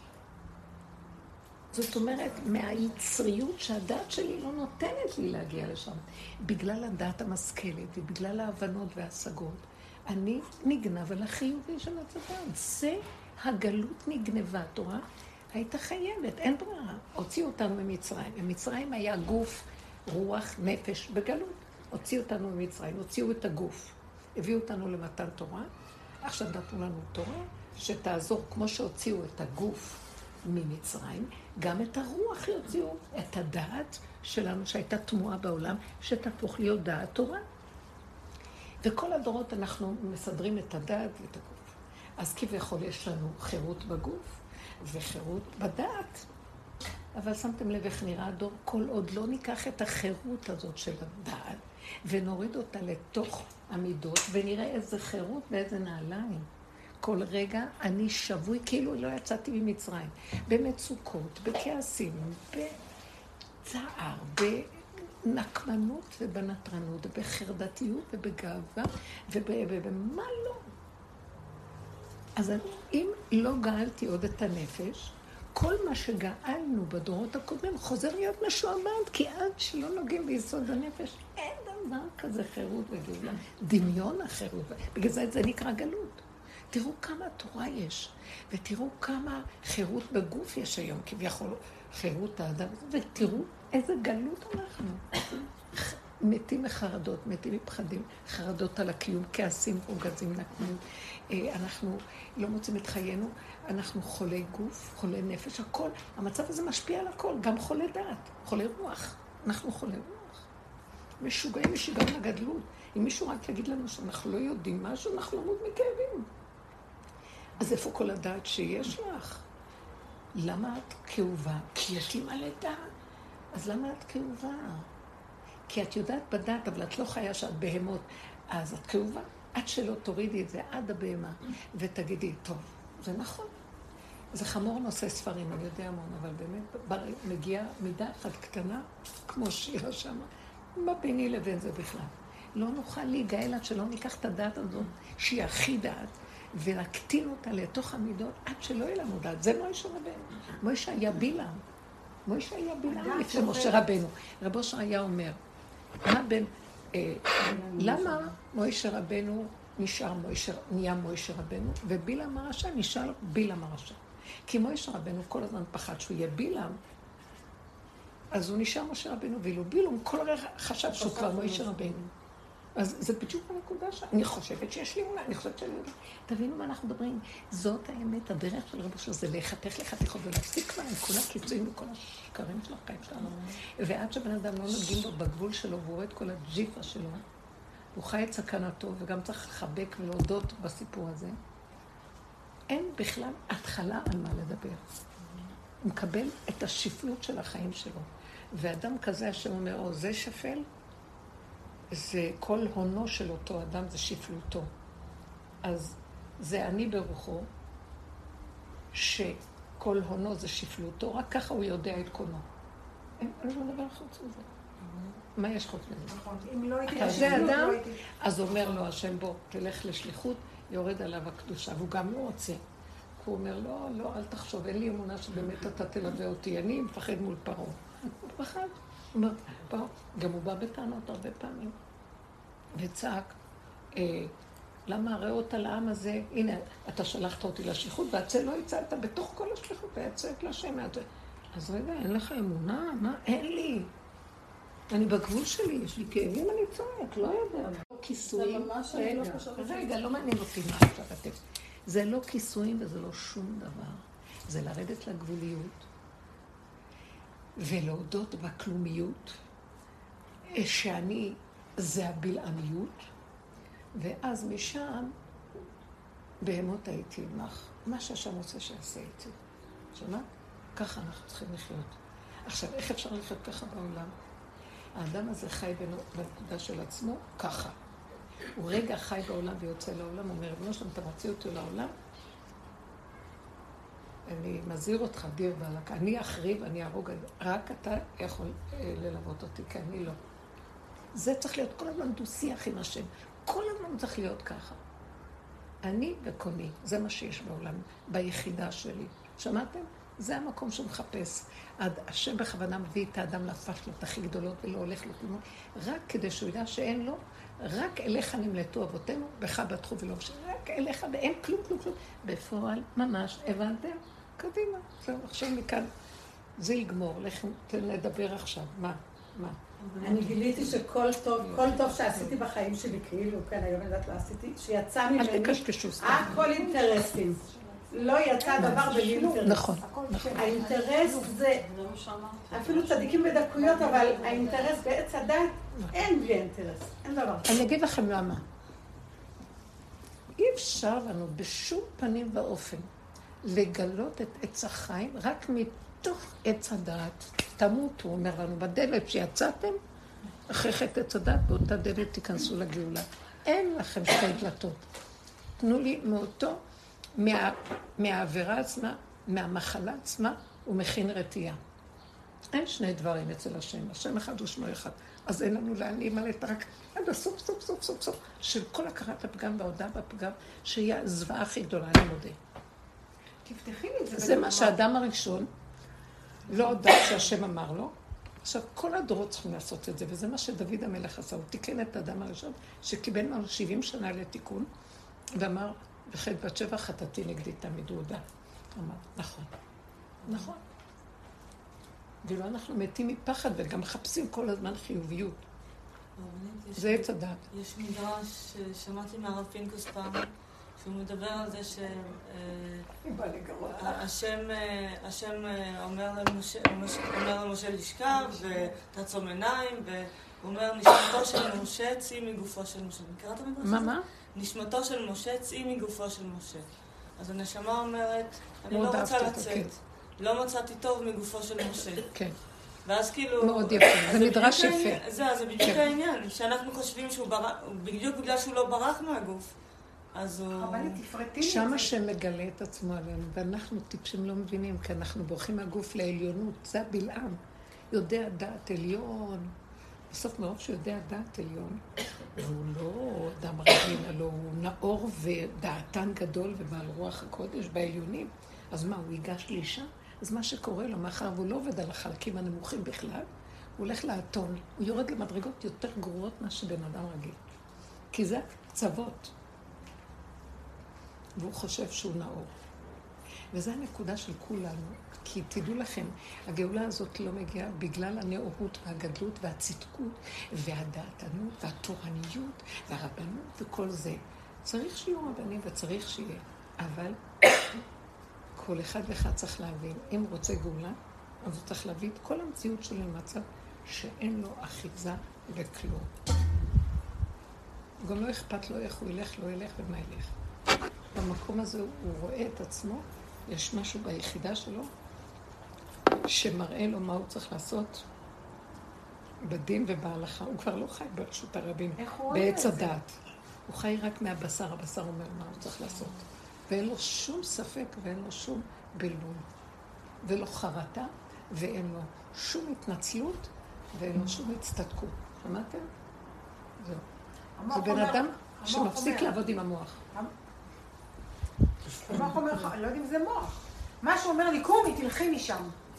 Speaker 2: זאת אומרת, מהיצריות שהדעת שלי לא נותנת לי להגיע לשם. בגלל הדעת המשכלת ובגלל ההבנות וההשגות, אני נגנב על החיובי של הצדד. זה הגלות נגנבה. תורה הייתה חייבת, אין ברירה. הוציאו אותנו ממצרים. במצרים היה גוף, רוח, נפש בגלות. הוציאו אותנו ממצרים, הוציאו את הגוף. הביאו אותנו למתן תורה. עכשיו נתנו לנו תורה שתעזור כמו שהוציאו את הגוף ממצרים, גם את הרוח יוציאו, את הדעת שלנו שהייתה תמוהה בעולם, שתהפוך להיות דעת תורה. וכל הדורות אנחנו מסדרים את הדעת ואת הגוף. אז כביכול יש לנו חירות בגוף וחירות בדעת. אבל שמתם לב איך נראה הדור, כל עוד לא ניקח את החירות הזאת של הדעת, ונוריד אותה לתוך המידות, ונראה איזה חירות ואיזה נעליים. כל רגע אני שבוי, כאילו לא יצאתי ממצרים, במצוקות, בכעסים, בצער, בנקמנות ובנטרנות, בחרדתיות ובגאווה, ובמה לא. אז אם לא גאלתי עוד את הנפש, כל מה שגאלנו בדורות הקודמים חוזר להיות משועבד, כי עד שלא נוגעים ביסוד הנפש, אין דבר כזה חירות וגאולה. דמיון החירות, בגלל זה זה נקרא גלות. תראו כמה תורה יש, ותראו כמה חירות בגוף יש היום, כביכול חירות האדם, ותראו איזה גלות אנחנו. מתים מחרדות, מתים מפחדים, חרדות על הקיום, כעסים, רוגזים, נקמים. אנחנו לא מוצאים את חיינו, אנחנו חולי גוף, חולי נפש, הכל. המצב הזה משפיע על הכל, גם חולי דעת, חולי רוח. אנחנו חולי רוח. משוגעים משיגעון הגדלות. אם מישהו רק יגיד לנו שאנחנו לא יודעים משהו, אנחנו נמות מכאבים. אז איפה כל הדעת שיש לך? למה את כאובה? כי יש לי מלא דעת. אז למה את כאובה? כי את יודעת בדעת, אבל את לא חיה שאת בהמות. אז את כאובה. עד שלא תורידי את זה עד הבהמה, ותגידי, טוב, זה נכון. זה חמור נושא ספרים, אני יודע המון, אבל באמת מגיעה מידה אחת קטנה, כמו שירה שמה, מה ביני לבין זה בכלל. לא נוכל להיגאל עד שלא ניקח את הדעת הזאת, שהיא הכי דעת, ולהקטין אותה לתוך המידות, עד שלא יהיה לנו דעת. זה מוישה רבנו. מוישה היה בילעם. מוישה היה בילעם לפני משה רבנו. רבו אושר היה אומר, מה בין... למה מוישה רבנו נשאר מוישה, נהיה מוישה רבנו, ובילעם הרשע נשאר בילעם הרשע. כי מוישה רבנו כל הזמן פחד שהוא יהיה בילעם, אז הוא נשאר משה רבנו, ואילו בילעם כל רגע חשב שהוא כבר מוישה רבנו. אז זה בדיוק הנקודה שם. אני חושבת שיש לי אמונה, אני חושבת שאני יודעת. תבינו מה אנחנו מדברים. זאת האמת, הדרך של רבו אושר זה להיחתך לחתיכות ולהפסיק כבר עם כל הקיצויים וכל השקרים של החיים שלנו. ועד שבן אדם לא נוגעים בו בגבול שלו, והוא רואה את כל הג'יפה שלו, הוא חי את סכנתו, וגם צריך לחבק ולהודות בסיפור הזה. אין בכלל התחלה על מה לדבר. הוא מקבל את השפלות של החיים שלו. ואדם כזה שאומר, או זה שפל, זה כל הונו של אותו אדם, זה שפלותו. אז זה אני ברוחו, שכל הונו זה שפלותו, רק ככה הוא יודע את קונו. אין לא דבר חוץ מזה. מה יש חוץ מזה?
Speaker 1: נכון, אם לא הייתי...
Speaker 2: כזה אדם, אז אומר לו השם בו, תלך לשליחות, יורד עליו הקדושה, והוא גם לא רוצה. הוא אומר, לא, לא, אל תחשוב, אין לי אמונה שבאמת אתה תלווה אותי, אני מפחד מול פרעה. הוא פחד. הוא אומר, פרעה, גם הוא בא בטענות הרבה פעמים. וצעק, אה, למה הראות על העם הזה, הנה, אתה שלחת אותי לשליחות, והצל לא יצאת בתוך כל השליחות, ויצאת לשם. אז רגע, אין לך אמונה? מה? אין לי. אני בגבול שלי, יש לי כאבים, אני צועק, לא יודע. לא כיסויים.
Speaker 6: זה ממש אני לא חושבת.
Speaker 2: רגע, לא מעניין אותי מה עכשיו אתם. זה לא כיסויים וזה לא שום דבר. זה לרדת לגבוליות ולהודות בכלומיות, שאני, זה הבלעמיות, ואז משם בהמות הייתי עמך. מה שהשם רוצה שעשה איתי. שמה? ככה אנחנו צריכים לחיות. עכשיו, איך אפשר לחיות ככה בעולם? האדם הזה חי בנקודה של עצמו, ככה. הוא רגע חי בעולם ויוצא לעולם, הוא אומר, בנו שלם, אתה מוציא אותו לעולם? אני מזהיר אותך, דיר בעלק, אני אחריב, אני ארוג, רק אתה יכול ללוות אותי, כי אני לא. זה צריך להיות כל הזמן דו-שיח עם השם. כל הזמן צריך להיות ככה. אני וקוני, זה מה שיש בעולם, ביחידה שלי. שמעתם? זה המקום שמחפש. השם בכוונה מביא את האדם לפשלות הכי גדולות ולא הולך לו כלום. רק כדי שהוא ידע שאין לו, רק אליך נמלטו אבותינו, בך בטחו ולא בשביל, רק אליך ואין כלום, כלום, כלום. בפועל, ממש, הבנתם? קדימה. זהו, עכשיו מכאן, זה יגמור. לכם, נדבר עכשיו. מה? מה?
Speaker 4: אני גיליתי שכל טוב, כל טוב שעשיתי בחיים שלי, כאילו, כן, היום יודעת לא עשיתי, שיצא ממני,
Speaker 2: אל תקשקשו סתם.
Speaker 4: הכל אינטרסים.
Speaker 1: לא יצא דבר בגילוי.
Speaker 2: נכון.
Speaker 1: האינטרס זה, אפילו צדיקים בדקויות, אבל האינטרס בעץ הדת, אין בלי אינטרס, אין דבר.
Speaker 2: אני אגיד לכם למה. אי אפשר לנו בשום פנים ואופן לגלות את עץ החיים רק מתוך עץ הדעת. תמותו, הוא אומר לנו, בדלת שיצאתם, אחרי חטא עץ הדעת, באותה דלת תיכנסו לגאולה. אין לכם שתי דלתות. תנו לי מאותו, מה, מהעבירה עצמה, מהמחלה עצמה, הוא מכין רתיעה. אין שני דברים אצל השם, השם אחד ושמו אחד. אז אין לנו לאן להימלט רק עד הסוף, סוף, סוף, סוף, סוף, של כל הכרת הפגם וההודעה בפגם, שהיא הזוועה הכי גדולה, אני מודה.
Speaker 1: תפתחי לי את זה.
Speaker 2: זה מה שהאדם הראשון לא הודע שהשם אמר לו. עכשיו, כל הדורות צריכים לעשות את זה, וזה מה שדוד המלך עשה. הוא תיקן את האדם הראשון, שקיבל לנו שבעים שנה לתיקון, ואמר, וחטא בת שבע חטאתי נגדי תמיד, הוא הודע. אמר, נכון, נכון. ואילו אנחנו מתים מפחד וגם מחפשים כל הזמן חיוביות. זה עץ הדת.
Speaker 3: יש מדרש ששמעתי מהרב פינקוס פעם, שהוא מדבר על זה שהשם אומר למשה לשכב ותעצום עיניים, והוא אומר נשמתו של משה צאי מגופו של משה. מכירה את המדרש הזה?
Speaker 2: מה מה?
Speaker 3: נשמתו של משה צאי מגופו של משה. אז הנשמה אומרת, אני לא רוצה לצאת. לא מצאתי טוב מגופו של משה.
Speaker 2: כן.
Speaker 3: ואז כאילו...
Speaker 2: מאוד יפה, זה מדרש יפה.
Speaker 3: זה, זה בדיוק העניין, שאנחנו חושבים שהוא ברח, בדיוק בגלל שהוא לא ברח מהגוף, אז הוא...
Speaker 1: אבל תפרטי לי את זה.
Speaker 2: שמה שמגלה את עצמו עלינו, ואנחנו טיפשים לא מבינים, כי אנחנו בורחים מהגוף לעליונות, זה הבלעם. יודע דעת עליון, בסוף מרוב שיודע דעת עליון, והוא לא אדם רגיל, אלא הוא נאור ודעתן גדול ובעל רוח הקודש בעליונים, אז מה, הוא ייגש לאישה? אז מה שקורה לו, מאחר והוא לא עובד על החלקים הנמוכים בכלל, הוא הולך לאתון, הוא יורד למדרגות יותר גרועות מה שבן אדם רגיל. כי זה קצוות. והוא חושב שהוא נאור. וזו הנקודה של כולנו. כי תדעו לכם, הגאולה הזאת לא מגיעה בגלל הנאורות והגדלות והצדקות והדעתנות והתורניות והרבנות וכל זה. צריך שיהיו רבנים וצריך שיהיה. אבל כל אחד ואחד צריך להבין, אם הוא רוצה גאולה, אז הוא צריך להביא את כל המציאות שלו למצב שאין לו אחיזה וכלום. גם לא אכפת לו איך הוא ילך, לא ילך ומה ילך. במקום הזה הוא רואה את עצמו, יש משהו ביחידה שלו, שמראה לו מה הוא צריך לעשות בדין ובהלכה. הוא כבר לא חי ברשות הרבים, בעץ הדעת. הוא חי רק מהבשר, הבשר אומר מה הוא צריך לעשות. ואין לו שום ספק ואין לו שום בלבול. ולא חרטה ואין לו שום התנצלות ואין לו שום הצטדקות. שמעתם? זהו. זה בן אדם שמפסיק לעבוד עם המוח.
Speaker 1: המוח אומר לך, אני לא יודע אם זה מוח. מה שאומר לי, קומי, תלכי משם.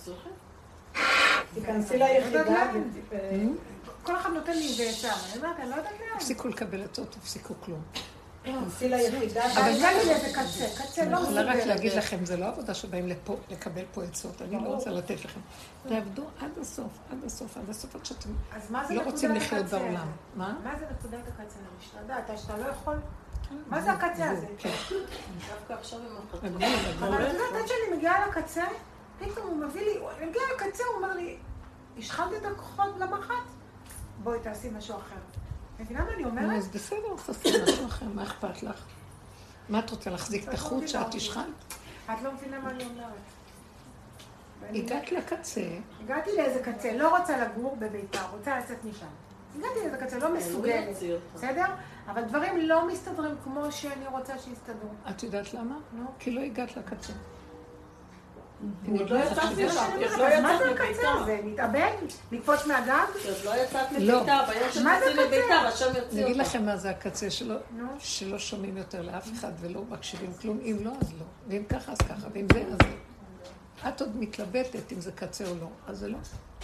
Speaker 4: תיכנסי ליחידה.
Speaker 1: כל אחד נותן לי איזה עצה. אני אומרת, אני לא יודעת לאן.
Speaker 2: תפסיקו לקבל עצות, תפסיקו כלום.
Speaker 4: תיכנסי ליחידה.
Speaker 1: אבל זה לי איזה קצה, קצה לא
Speaker 2: אני יכולה רק
Speaker 1: מסוגלת.
Speaker 2: להגיד לכם, זה לא עבודה שבאים לפה לקבל פה עצות. אני לא רוצה לתת לכם. תעבדו עד הסוף, עד הסוף, עד הסוף, עד שאתם
Speaker 1: אז מה זה
Speaker 2: לא
Speaker 1: נקודת
Speaker 2: רוצים לחיות
Speaker 1: הקצה
Speaker 2: בעולם.
Speaker 1: הזה?
Speaker 2: מה?
Speaker 1: מה זה נקודת הקצה? שאתה יודע, שאתה לא יכול... מה זה הקצה הזה?
Speaker 2: כן.
Speaker 6: דווקא עכשיו עם החתול.
Speaker 2: הגבול, הגבול.
Speaker 1: אבל את יודעת, עד שאני מגיעה לקצה, פתאום הוא מביא לי, אני מגיעה לקצה, הוא אומר לי, השחלת את הכוחות למחת? בואי תעשי משהו אחר. מבינה מה אני אומרת?
Speaker 2: אז בסדר, תעשי משהו אחר, מה אכפת לך? מה את רוצה להחזיק את החוט שאת תשחלת?
Speaker 1: את לא מבינה מה אני אומרת.
Speaker 2: הגעת לקצה.
Speaker 1: הגעתי לאיזה קצה, לא רוצה לגור בביתה, רוצה לצאת משם. הגעתי לאיזה קצה, לא מסוגלת, בסדר? אבל דברים לא מסתדרים כמו שאני רוצה שיסתדרו.
Speaker 2: את יודעת למה? כי לא הגעת לקצה.
Speaker 6: עוד לא יצאת משם, עוד לא
Speaker 1: אז מה
Speaker 6: יצאת
Speaker 1: זה הקצה
Speaker 6: מביתה.
Speaker 1: הזה? להתאבד? לקפוץ מהגג?
Speaker 6: עוד לא יצאת
Speaker 2: לא.
Speaker 6: מביתה, ביום שתצאי
Speaker 1: מה זה הקצה?
Speaker 6: מביתה, והשם
Speaker 2: אני
Speaker 6: יוציא
Speaker 2: אגיד
Speaker 6: אותך.
Speaker 2: לכם מה זה הקצה שלו,
Speaker 1: נו.
Speaker 2: שלא שומעים יותר לאף אחד ולא מקשיבים כלום. אם לא, אז לא. ואם ככה, אז ככה. ואם זה, אז זה. את עוד מתלבטת אם זה קצה או לא. אז זה לא.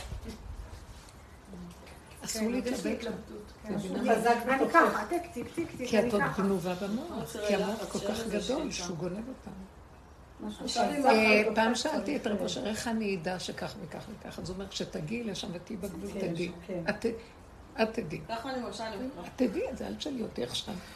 Speaker 2: אסור להתלבט.
Speaker 1: אני ככה, טיק טיק טיק טיק,
Speaker 2: כי את
Speaker 1: אני
Speaker 2: עוד
Speaker 1: ככה.
Speaker 2: גנובה במוח. כי המוח כל כך גדול שהוא גונב אותנו.
Speaker 6: עכשיו עם
Speaker 2: אה,
Speaker 6: החתול.
Speaker 2: פעם שאלתי את רב אושר, איך אני אדע שכך וכך וכך? אז הוא אומר, כשתגיעי לשם ותהיי בגבול, תדעי. את- את תדעי.
Speaker 6: ככה אני מרשה, אני מקרא.
Speaker 2: את תדעי את זה, אל תשאלי אותי איך שם.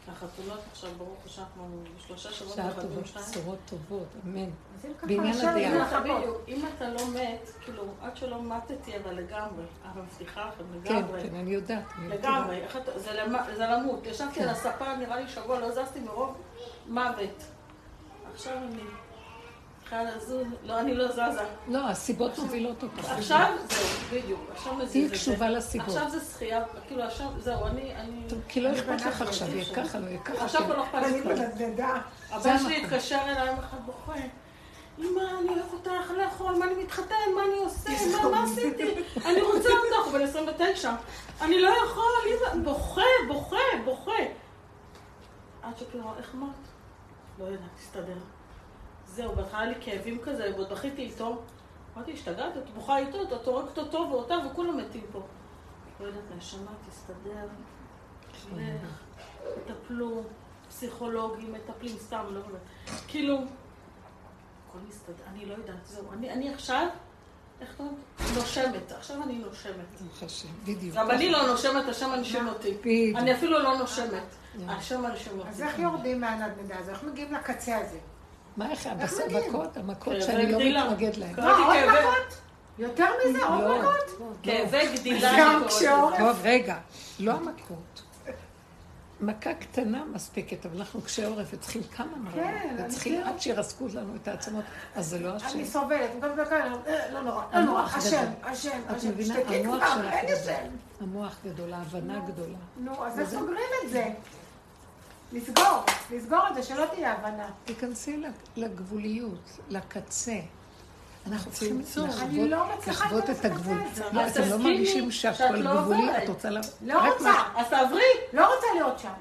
Speaker 6: החתונות עכשיו, ברוך השם, אנחנו שלושה שבועות
Speaker 2: שעה
Speaker 6: וחתום
Speaker 2: טובות,
Speaker 6: שתיים.
Speaker 2: בשורות טובות, אמן.
Speaker 1: אז אם ככה,
Speaker 2: בעניין
Speaker 1: לשבת
Speaker 2: הדעה.
Speaker 1: ולחכות.
Speaker 6: בדיוק, אם אתה לא מת, כאילו, עד שלא מתתי, אבל לגמרי, אבל מבטיחה לכם,
Speaker 2: כן,
Speaker 6: לגמרי.
Speaker 2: כן, אני יודעת. אני יודעת.
Speaker 6: לגמרי, איך אתה- זה למ- זה למות. ישבתי על הספה, נראה לי שבוע, לא זזתי מרוב מוות. עכשיו אני צריכה לזוז, לא, אני לא זזה.
Speaker 2: לא, הסיבות מובילות אותך.
Speaker 6: עכשיו, זהו, בדיוק, עכשיו מזיז
Speaker 2: תהיי
Speaker 6: את זה.
Speaker 2: קשובה לסיבות.
Speaker 6: עכשיו זה שחייה, כאילו עכשיו, זהו, אני, אני...
Speaker 2: טוב, כי לא אכפת לך עכשיו, יהיה ככה, לא יהיה ככה.
Speaker 6: עכשיו
Speaker 2: כן.
Speaker 6: כבר לא אכפת
Speaker 1: אני
Speaker 6: לי כלום.
Speaker 1: מנדנדה.
Speaker 6: הבן שלי התקשר אליי יום אחד בוכה. אמא, אני אוהב אותך, לא יכול, מה אני מתחתן, מה אני עושה, מה, מה עשיתי? אני רוצה אותך, הוא בן עשרים ותשע. אני לא יכול, אמא, בוכה, בוכה, בוכה. עד שכאילו, איך אמרת? לא יודעת, תסתדר. זהו, בהתחלה היה לי כאבים כזה, ועוד בכיתי איתו. אמרתי, השתגעת, את בוכה איתו, אתה הורגת אותו ואותה, וכולם מתים פה. לא יודעת, נשמה, תסתדר. לך, תטפלו, פסיכולוגים, מטפלים סתם, לא יודעת. כאילו, הכל מסתדר, אני לא יודעת, זהו. אני, אני עכשיו, איך אתה אומר? נושמת. עכשיו אני נושמת.
Speaker 2: חשב, בדיוק.
Speaker 6: גם אני לא נושמת, השם אנשים אותי.
Speaker 2: בדיוק.
Speaker 6: אני אפילו לא נושמת. השם אנשים אותי.
Speaker 1: אז איך יורדים מהנדנדה הזו? איך מגיעים לקצה הזה?
Speaker 2: מה איך?
Speaker 1: איך מגיעים?
Speaker 2: המכות, המכות
Speaker 6: כאבי
Speaker 2: שאני לא
Speaker 6: גדילה.
Speaker 2: מתנגד להן.
Speaker 6: קראתי
Speaker 1: לא, עוד
Speaker 6: כאבי-
Speaker 1: מכות? יותר מזה, עוד
Speaker 2: לא,
Speaker 1: מכות?
Speaker 2: לא.
Speaker 6: כאבי גדילה.
Speaker 1: גם
Speaker 6: אני קוראת
Speaker 1: כשעורף-
Speaker 6: לזה.
Speaker 2: טוב, רגע, לא המכות. מכה קטנה מספיקת, אבל אנחנו קשי עורף וצריכים כמה מראות.
Speaker 1: כן, אני
Speaker 2: וצריכים
Speaker 1: כאילו-
Speaker 2: עד שירסקו לנו את העצמות, אז זה לא השם.
Speaker 1: אני סובלת, אני גם דקה, לא נורא, לא נורא,
Speaker 2: המוח
Speaker 1: השם,
Speaker 2: גדול.
Speaker 1: השם,
Speaker 2: את
Speaker 1: השם,
Speaker 2: מבינה?
Speaker 1: שתקי
Speaker 2: המוח
Speaker 1: כבר,
Speaker 2: שלך
Speaker 1: אין
Speaker 2: גדול.
Speaker 1: השם.
Speaker 2: המוח גדול, ההבנה גדולה.
Speaker 1: נו, אז איך סוגרים את זה? לסגור, לסגור את זה, שלא תהיה הבנה.
Speaker 2: תיכנסי לגבוליות, לקצה. אנחנו צריכים
Speaker 6: צמצום.
Speaker 1: אני לא
Speaker 2: לחוות
Speaker 1: מצליחה
Speaker 2: לחוות
Speaker 1: להיכנס
Speaker 2: את הגבול.
Speaker 1: לקצה הזה.
Speaker 2: לא,
Speaker 6: אז
Speaker 2: אתם לא
Speaker 6: תסכימי
Speaker 2: מרגישים
Speaker 6: שאת
Speaker 2: שהכל
Speaker 6: לא
Speaker 2: גבולי?
Speaker 6: עוברת.
Speaker 2: את רוצה לה...
Speaker 1: לא
Speaker 2: רק
Speaker 1: רוצה,
Speaker 2: מה-
Speaker 6: אז תעברי.
Speaker 1: לא רוצה להיות שם.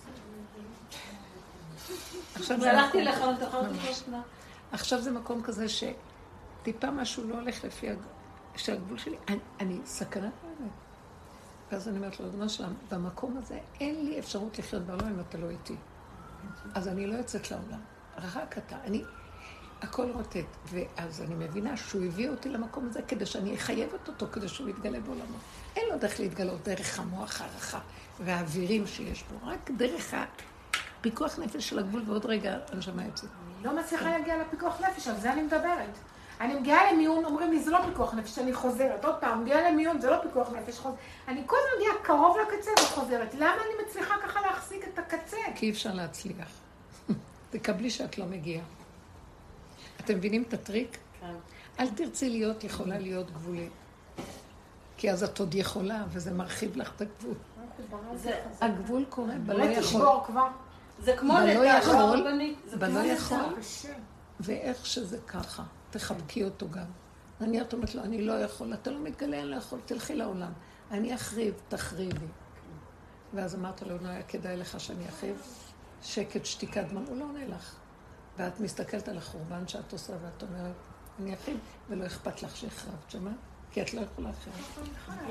Speaker 2: עכשיו זה
Speaker 6: והלכתי
Speaker 2: מקום-
Speaker 6: לך, אבל אתה יכול
Speaker 2: ממש.
Speaker 6: לתת לה.
Speaker 2: עכשיו זה מקום כזה שטיפה משהו לא הולך לפי הג... של הגבול שלי. אני, אני סכנת באמת. ואז אני אומרת לו, אדמה שלם, במקום הזה אין לי אפשרות לחיות בעולם אם אתה לא איתי. אז אני לא יוצאת לעולם. רק אתה. אני... הכל רוטט. ואז אני מבינה שהוא הביא אותי למקום הזה כדי שאני אחייבת אותו, כדי שהוא יתגלה בעולמו. אין לו דרך להתגלות דרך המוח הערכה והאווירים שיש בו. רק דרך הפיקוח נפש של הגבול, ועוד רגע הנשמה יוצאת.
Speaker 1: לא מצליחה להגיע לפיקוח נפש, על זה אני מדברת. אני מגיעה למיון, אומרים לי, זה לא פיקוח נפש, אני חוזרת. עוד פעם, מגיעה למיון, זה לא פיקוח נפש, חוזרת. אני כל הזמן מגיעה קרוב לקצה וחוזרת. למה אני מצליחה ככה להחזיק את הקצה?
Speaker 2: כי אי אפשר להצליח. תקבלי שאת לא מגיעה. אתם מבינים את הטריק?
Speaker 6: כן.
Speaker 2: אל תרצי להיות יכולה להיות גבולית. כי אז את עוד יכולה, וזה מרחיב לך את הגבול.
Speaker 6: זה-
Speaker 2: הגבול קורה בלא
Speaker 1: אולי
Speaker 2: יכול.
Speaker 1: תשבור כבר.
Speaker 6: זה כמו
Speaker 2: בלא
Speaker 6: לידה,
Speaker 2: יכול,
Speaker 6: לא רבנית, זה
Speaker 2: בלא
Speaker 6: כמו לידה.
Speaker 2: יכול.
Speaker 1: קשה.
Speaker 2: ואיך שזה ככה, תחבקי אותו גם. אני את אומרת לו, אני לא יכול, אתה לא מתגלה, אני לא יכול, תלכי לעולם. אני אחריב, תחריבי. ואז אמרת לו, לא היה כדאי לך שאני אחריב? שקט, שתיקת דמם, הוא לא עונה לך. ואת מסתכלת על החורבן שאת עושה, ואת אומרת, אני אחריב, ולא אכפת לך שהחרבת, שמעת? כי את לא יכולה אחרת.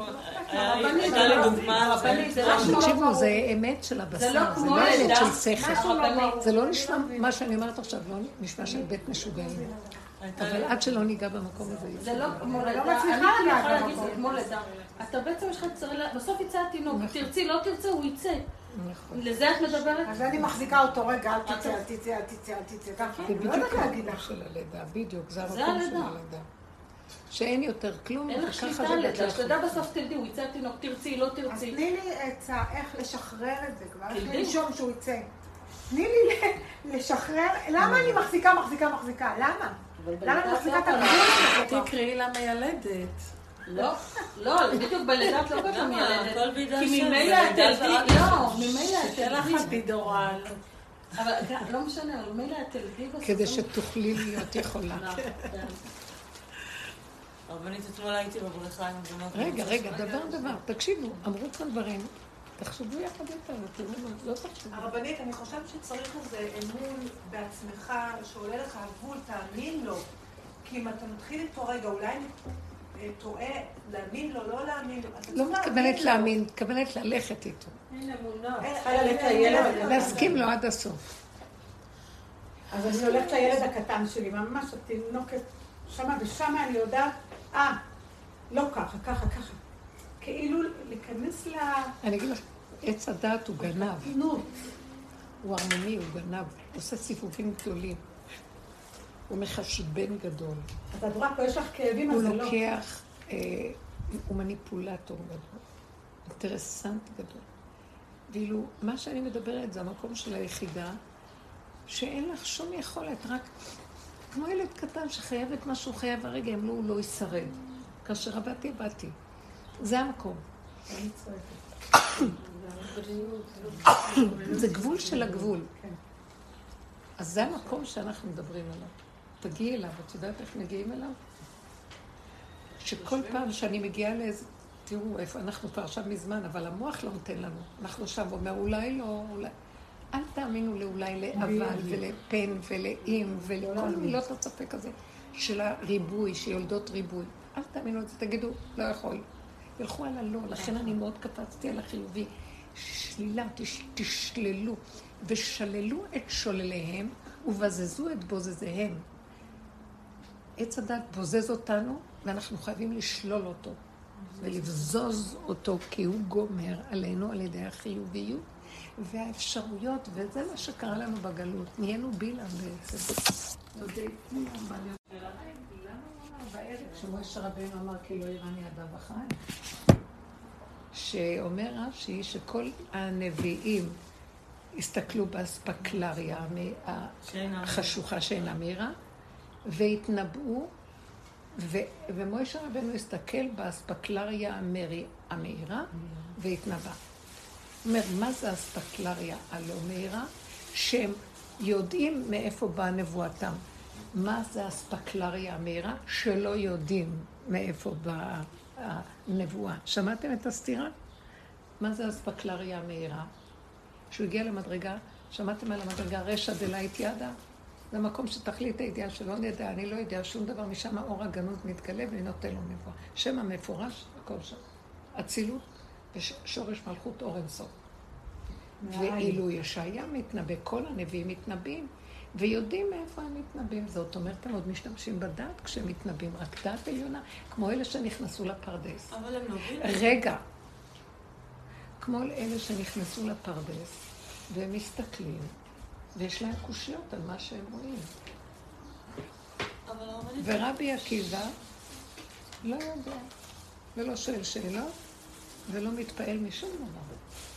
Speaker 3: הייתה לי דוגמה,
Speaker 6: רבנית, זה לא כמו-
Speaker 2: תקשיבו, זה אמת של הבשר,
Speaker 6: זה לא
Speaker 2: זה
Speaker 6: כמו
Speaker 2: לא אמת
Speaker 6: לידה.
Speaker 2: של שכל.
Speaker 6: משהו לא ברור.
Speaker 2: זה לא נשמע, מה שאני אומרת עכשיו, לא נשמע של בית משוגעים. אבל עד שלא ניגע במקום הזה, אי
Speaker 6: זה
Speaker 2: אפשר.
Speaker 6: לא כמו
Speaker 1: אבל לא
Speaker 6: לידה,
Speaker 1: מצליחה
Speaker 6: אני כאילו
Speaker 1: לגעת
Speaker 6: יכולה להגיד
Speaker 1: במקום.
Speaker 6: זה כמו לידה. אתה בעצם יש לך צרה, בסוף יצא התינוק, תרצי, לא תרצה, הוא יצא.
Speaker 2: נכון.
Speaker 6: לזה את מדברת?
Speaker 1: אז אני מחזיקה אותו, רגע, אל תצא, אל תצא, אל תצא, אל תצא. ככה,
Speaker 2: זה
Speaker 1: אני לא
Speaker 2: בדיוק
Speaker 1: יודעת להגיד
Speaker 2: המקום
Speaker 1: לך.
Speaker 2: של הלידה, בדיוק, זה
Speaker 6: זה
Speaker 2: המקום של
Speaker 6: הלידה.
Speaker 2: הלידה. שאין יותר כלום,
Speaker 6: אין לך
Speaker 2: וככה
Speaker 6: שליטה
Speaker 2: זה
Speaker 6: על
Speaker 2: בית
Speaker 6: לידה,
Speaker 2: לחם.
Speaker 6: שתדע בסוף תלדי, הוא יצא התינוק, תרצי, לא
Speaker 1: אז
Speaker 6: תרצי.
Speaker 1: תני לי עצה, איך לשחרר את זה כבר. יש לי
Speaker 6: תלדי.
Speaker 1: לישון שהוא יצא. תני לי ל- לשחרר, למה אני מחזיקה, מחזיקה, מחזיקה? למה?
Speaker 6: אבל
Speaker 1: למה אני
Speaker 6: בלידה
Speaker 1: מחזיקה את
Speaker 6: לא
Speaker 1: הגבול הזה כבר?
Speaker 3: תקראי לה מיילדת.
Speaker 6: לא, לא, בדיוק בלידה את לא באת
Speaker 3: למה?
Speaker 6: מיילדת.
Speaker 3: הכל בידי
Speaker 6: כי
Speaker 3: השם,
Speaker 6: ממילא
Speaker 3: זה לידה
Speaker 6: התלדי,
Speaker 3: ורק
Speaker 6: לא, ממילא
Speaker 3: תן לך
Speaker 6: התלדי.
Speaker 3: עתיד אורל.
Speaker 6: אבל לא משנה, אבל ממילא התלדי בסוף.
Speaker 2: כדי שתוכלי להיות יכולה.
Speaker 6: כן.
Speaker 3: הרבנית, אתמול הייתי בבריכה עם הבנות.
Speaker 2: רגע, רגע, דבר דבר, תקשיבו, אמרו כאן דברים, תחשבו יחד איתנו, תראו מה, לא תחשבו.
Speaker 7: הרבנית, אני חושבת שצריך איזה אמון בעצמך, שעולה לך הגבול, תאמין לו. כי אם אתה מתחיל איתו רגע, אולי אה, טועה, להאמין לו, לא להאמין לו. אתה
Speaker 2: לא
Speaker 7: צריך
Speaker 2: מתכוונת
Speaker 7: לו.
Speaker 2: להאמין, מתכוונת ללכת איתו.
Speaker 6: אין אמונה.
Speaker 7: אין-
Speaker 6: צריכה
Speaker 7: אין-
Speaker 6: ללכת
Speaker 7: אין-
Speaker 6: לילד.
Speaker 7: אין-
Speaker 2: להסכים לו עד הסוף.
Speaker 8: אז אני הולכת לילד הקטן שלי, ממש התינוקת שמה, ושמה אני יודעת, אה, לא ככה, ככה, ככה. כאילו להיכנס
Speaker 2: אני אגיד לך, עץ הדעת הוא גנב.
Speaker 8: לעדינות.
Speaker 2: הוא ערמומי, הוא גנב, עושה סיבובים גדולים. הוא מחשבן גדול.
Speaker 8: אז את רואה, פה יש לך כאבים,
Speaker 2: הוא
Speaker 8: אז זה לא.
Speaker 2: לוקח, אה, הוא מניפולטור גדול, אינטרסנט גדול. ואילו, מה שאני מדברת זה המקום של היחידה, שאין לך שום יכולת, רק כמו ילד קטן שחייב את מה שהוא חייב הרגע, אם לא, הוא לא ישרד. כאשר עבדתי, עבדתי. זה המקום. זה גבול של הגבול. אז זה המקום שאנחנו מדברים עליו. תגיעי אליו, את יודעת איך מגיעים אליו? שכל פעם שאני מגיעה לאיזה... תראו איפה, אנחנו כבר עכשיו מזמן, אבל המוח לא נותן לנו. אנחנו שם ואומר, אולי לא, אולי... אל תאמינו לאולי לאבל ולפן ולאים ולכל מילות הצפק הזה של הריבוי, שיולדות ריבוי. אל תאמינו את זה, תגידו, לא יכול. ילכו על הלא, לכן אני מאוד קפצתי על החיובי. שלילה, תש, תשללו ושללו את שולליהם ובזזו את בוזזיהם. עץ הדת בוזז אותנו ואנחנו חייבים לשלול אותו ולבזוז אותו כי הוא גומר עלינו על ידי החיוביות והאפשרויות, וזה מה שקרה לנו בגלות. נהיינו בילם בעצם. יודעי כולם בעליות. למה הוא אמר בערב שמשה רבינו אמר כי לא יראני אדם וחי? שאומר רש"י שכל הנביאים הסתכלו באספקלריה החשוכה שאינה מאירה והתנבאו, ומשה רבינו הסתכל באספקלריה המאירה והתנבא. אומר, מה זה האספקלריה הלא מאירה? שהם יודעים מאיפה באה נבואתם. מה זה האספקלריה המאירה? שלא יודעים מאיפה באה הנבואה. שמעתם את הסתירה? מה זה האספקלריה המאירה? שהוא הגיע למדרגה, שמעתם על המדרגה רשע דלית ידה? זה מקום שתכלית הידיעה שלא נדע, אני לא יודע שום דבר, משם האור הגנות מתגלה ונותן לו נבואה. שם המפורש, הכל שם. אצילות ושורש מלכות אור אינסוף. ואילו ישעיה מתנבא, כל הנביאים מתנבאים, ויודעים מאיפה הם מתנבאים. זאת אומרת, הם עוד משתמשים בדעת כשהם מתנבאים, רק דעת עליונה, כמו אלה שנכנסו לפרדס.
Speaker 3: אבל הם נובים.
Speaker 2: רגע, כמו אלה שנכנסו לפרדס, והם מסתכלים, ויש להם קושיות על מה שהם רואים. ורבי עקיבא לא יודע, ולא שואל שאלות, ולא מתפעל משום דבר.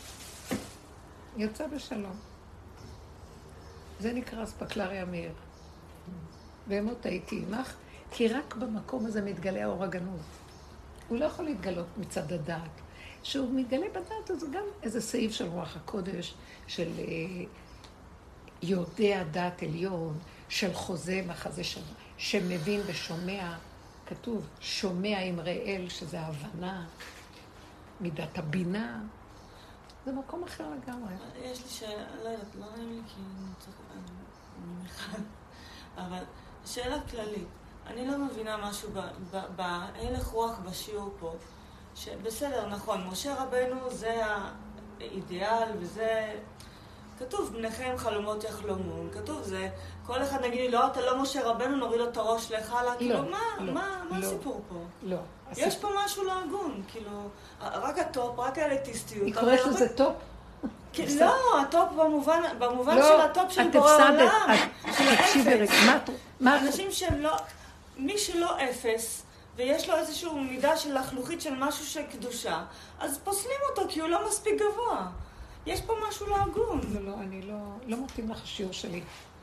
Speaker 2: יצא בשלום. זה נקרא אספקלריה מאיר. ואמות הייתי עמך, כי רק במקום הזה מתגלה האור הגנוז. הוא לא יכול להתגלות מצד הדעת. שהוא מתגלה בדעת, אז זה גם איזה סעיף של רוח הקודש, של יודע דעת עליון, של חוזה מחזה שם, שמבין ושומע. כתוב, שומע עם ראל, שזה ההבנה, מידת הבינה. זה מקום אחר לגמרי.
Speaker 3: יש לי שאלה, לא יודעת, לא נעים לי כי אני צריך... אני מיכל. אבל שאלה כללית. אני לא מבינה משהו בהלך רוח בשיעור פה. שבסדר, נכון, משה רבנו זה האידיאל וזה... כתוב, בניכם חלומות יחלומון. כתוב זה, כל אחד נגיד לי, לא, אתה לא משה רבנו, נוריד לו את הראש לחלה. כאילו, מה הסיפור פה?
Speaker 2: לא.
Speaker 3: יש פה משהו לא הגון, כאילו, רק הטופ, רק האליטיסטיות.
Speaker 2: היא קוראת לזה טופ?
Speaker 3: לא, הטופ במובן של הטופ של בורא עולם.
Speaker 2: תקשיבי רגע, מה?
Speaker 3: אנשים שהם לא, מי שלא אפס, ויש לו איזושהי מידה של לחלוכית של משהו של קדושה, אז פוסלים אותו כי הוא לא מספיק גבוה. יש פה משהו לא הגון.
Speaker 2: לא, לא, אני לא, לא מתאים לך השיעור שלי.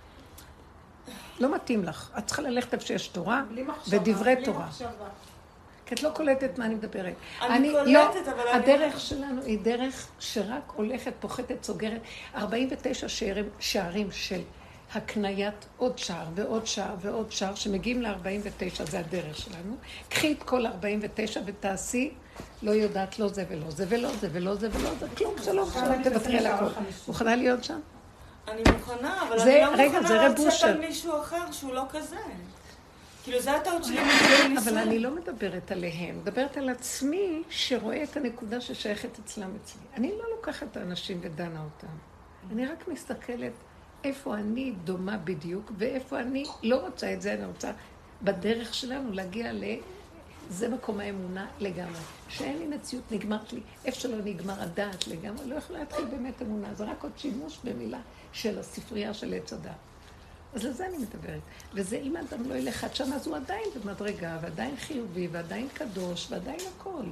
Speaker 2: לא מתאים לך. את צריכה ללכת איפה שיש תורה ודברי תורה. כי את לא קולטת מה אני מדברת.
Speaker 3: אני קולטת, אבל אני...
Speaker 2: הדרך שלנו היא דרך שרק הולכת, פוחתת, סוגרת. ארבעים ותשע שערים של הקניית עוד שער ועוד שער ועוד שער, שמגיעים ל-ארבעים ותשע, זה הדרך שלנו. קחי את כל ארבעים ותשע ותעשי, לא יודעת לא זה ולא זה ולא זה ולא זה ולא זה, כלום שלום, שלום, תוותרי על הכל. מוכנה להיות שם?
Speaker 3: אני מוכנה, אבל אני לא מוכנה לצאת על מישהו אחר שהוא לא כזה. כאילו זה הטעות שלי.
Speaker 2: אבל אני לא מדברת עליהם, מדברת על עצמי שרואה את הנקודה ששייכת אצלם אצלי. אני לא לוקחת את האנשים ודנה אותם. אני רק מסתכלת איפה אני דומה בדיוק, ואיפה אני לא רוצה את זה, אני רוצה בדרך שלנו להגיע זה מקום האמונה לגמרי. שאין לי מציאות, נגמרת לי. איפה שלא נגמר הדעת לגמרי, לא יכולה להתחיל באמת אמונה. זה רק עוד שימוש במילה של הספרייה של עץ הדעת. אז לזה אני מדברת. וזה אם אדם לא ילך עד שם, אז הוא עדיין במדרגה, ועדיין חיובי, ועדיין קדוש, ועדיין הכל.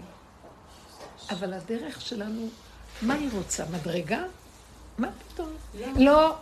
Speaker 2: אבל הדרך שלנו, מה היא רוצה? מדרגה? מה פתאום? לא.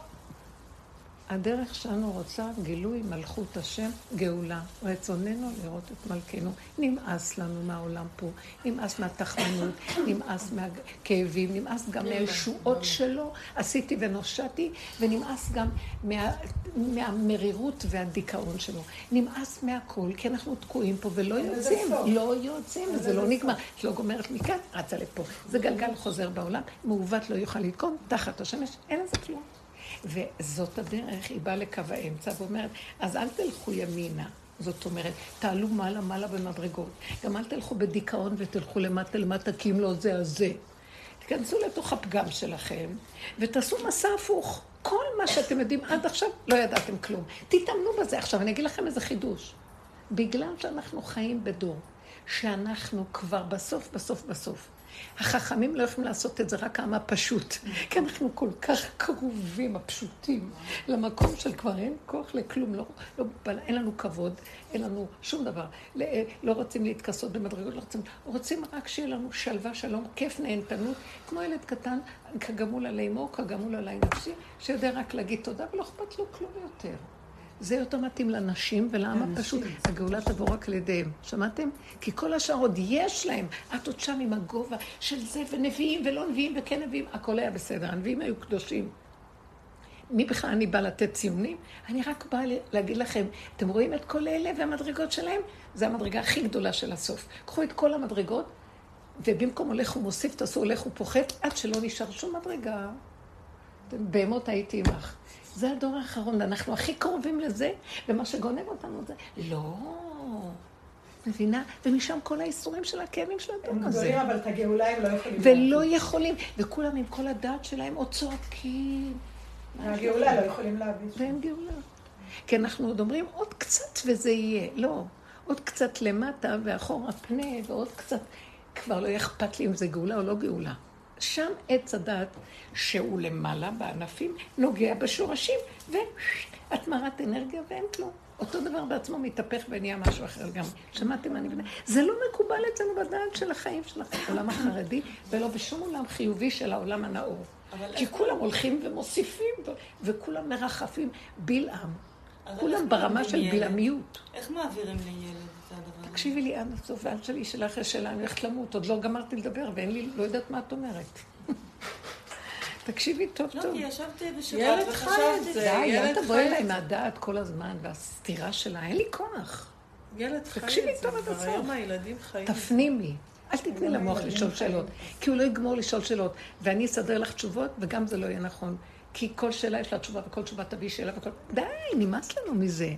Speaker 2: הדרך שלנו רוצה גילוי מלכות השם, גאולה. רצוננו לראות את מלכנו. נמאס לנו מהעולם פה, נמאס מהתחמנות, נמאס מהכאבים, נמאס גם מהישועות שלו. עשיתי ונושעתי, ונמאס גם מה, מהמרירות והדיכאון שלו. נמאס מהכל, כי אנחנו תקועים פה ולא יוצאים. לא יוצאים, וזה לא נגמר. את לא גומרת מכאן, רצה לפה. זה גלגל חוזר בעולם, מעוות לא יוכל לתקום, תחת השמש, אין לזה כלום. וזאת הדרך, היא באה לקו האמצע ואומרת, אז אל תלכו ימינה. זאת אומרת, תעלו מעלה מעלה במדרגות. גם אל תלכו בדיכאון ותלכו למטה למטה, כי אם לא זה אז זה. תכנסו לתוך הפגם שלכם ותעשו מסע הפוך. כל מה שאתם יודעים עד עכשיו לא ידעתם כלום. תתאמנו בזה. עכשיו אני אגיד לכם איזה חידוש. בגלל שאנחנו חיים בדור, שאנחנו כבר בסוף, בסוף, בסוף. החכמים לא יכולים לעשות את זה רק כמה פשוט, כי אנחנו כל כך קרובים, הפשוטים, למקום של כבר אין כוח לכלום, לא, לא, אין לנו כבוד, אין לנו שום דבר, לא, לא רוצים להתכסות במדרגות, לא רוצים, רוצים רק שיהיה לנו שלווה, שלום, כיף, נהנתנות, כמו ילד קטן, כגמול עלי מו, כגמול עלי נפשי, שיודע רק להגיד תודה ולא אכפת לו כלום יותר. זה יותר מתאים לנשים ולעם הפשוט. הגאולה תבוא רק לידיהם. שמעתם? כי כל השאר עוד יש להם. את עוד שם עם הגובה של זה, ונביאים ולא נביאים וכן נביאים. הכל היה בסדר. הנביאים היו קדושים. מי בכלל אני באה לתת ציונים? אני רק באה להגיד לכם, אתם רואים את כל אלה והמדרגות שלהם? זה המדרגה הכי גדולה של הסוף. קחו את כל המדרגות, ובמקום הולך ומוסיף, תעשו הולך ופוחת, עד שלא נשאר שום מדרגה. בהמות הייתי עמך. זה הדור האחרון, אנחנו הכי קרובים לזה, ומה שגונב אותנו זה, לא, מבינה? ומשם כל האיסורים של הכאבים של הדור הזה.
Speaker 8: הם גדולים, אבל את הגאולה הם לא יכולים.
Speaker 2: ולא יכולים, וכולם עם כל הדעת שלהם עוד צועקים.
Speaker 8: הגאולה לא יכולים להבין.
Speaker 2: ואין גאולה. כי אנחנו עוד אומרים, עוד קצת וזה יהיה. לא, עוד קצת למטה ואחורה פנה, ועוד קצת, כבר לא אכפת לי אם זה גאולה או לא גאולה. שם עץ הדת שהוא למעלה בענפים נוגע בשורשים והתמרת אנרגיה ואין כלום. אותו דבר בעצמו מתהפך ונהיה משהו אחר גם. שמעתם מה אני בנה? זה לא מקובל אצלנו בדעת של החיים של העולם החרדי ולא בשום עולם חיובי של העולם הנאור. כי כולם הולכים ומוסיפים וכולם מרחפים בלעם. כולם ברמה של בלעמיות.
Speaker 3: איך מעבירים לילד את הדבר?
Speaker 2: תקשיבי לי עד הסוף, ועד שלי שאלה אחרי שאלה, אני הולכת למות, עוד לא גמרתי לדבר, ואין לי, לא יודעת מה את אומרת. תקשיבי טוב טוב.
Speaker 3: לא, כי ישבתי בשבת וחשבתי.
Speaker 2: די, אל תבואי אליי מהדעת כל הזמן, והסתירה שלה, אין לי כוח.
Speaker 6: ילד חי
Speaker 2: תקשיבי
Speaker 6: את זה,
Speaker 2: טוב עד
Speaker 6: כבר
Speaker 2: הסוף.
Speaker 6: היום הילדים חיים.
Speaker 2: תפנימי. אל תתני למוח לשאול שאלות, כי הוא לא יגמור לשאול שאלות, ואני אסדר לך תשובות, וגם זה לא יהיה נכון. כי כל שאלה יש לה תשובה, וכל תשובה תביא שאלה, וכל... די, נמאס לנו מזה.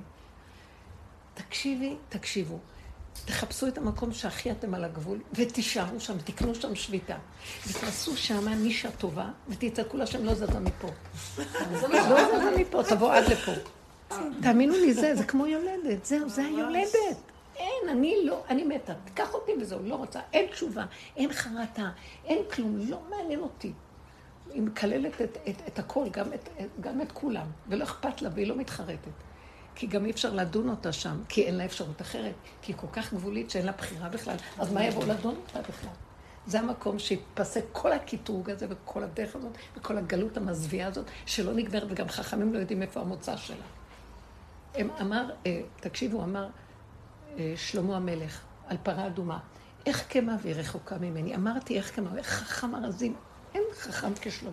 Speaker 2: תקשיבי, תקשיבו. תחפשו את המקום שהכי אתם על הגבול, ותישארו שם, ותקנו שם שביתה. ותעשו שם נישה טובה, ותצעקו לה שהם לא זזה מפה. לא זזה מפה, תבוא עד לפה. תאמינו לי, זה, זה כמו יולדת. זהו, זה היולדת. אין, אני לא, אני מתה. תקח אותי וזהו, לא רוצה. אין תשובה, אין חרטה, אין כלום, לא מעניין אותי. היא מקללת את, את, את הכל, גם את, גם את כולם, ולא אכפת לה, והיא לא מתחרטת. כי גם אי אפשר לדון אותה שם, כי אין לה אפשרות אחרת, כי היא כל כך גבולית שאין לה בחירה בכלל, אז מה יבוא לדון אותה בכלל? זה המקום שיפסק כל הקיטרוג הזה, וכל הדרך הזאת, וכל הגלות המזוויעה הזאת, שלא נגמרת, וגם חכמים לא יודעים איפה המוצא שלה. הם אמר, תקשיבו, אמר שלמה המלך, על פרה אדומה, איך כמה והיא רחוקה ממני? אמרתי, איך כמה, איך חכם הרזים, אין חכם כשלמה.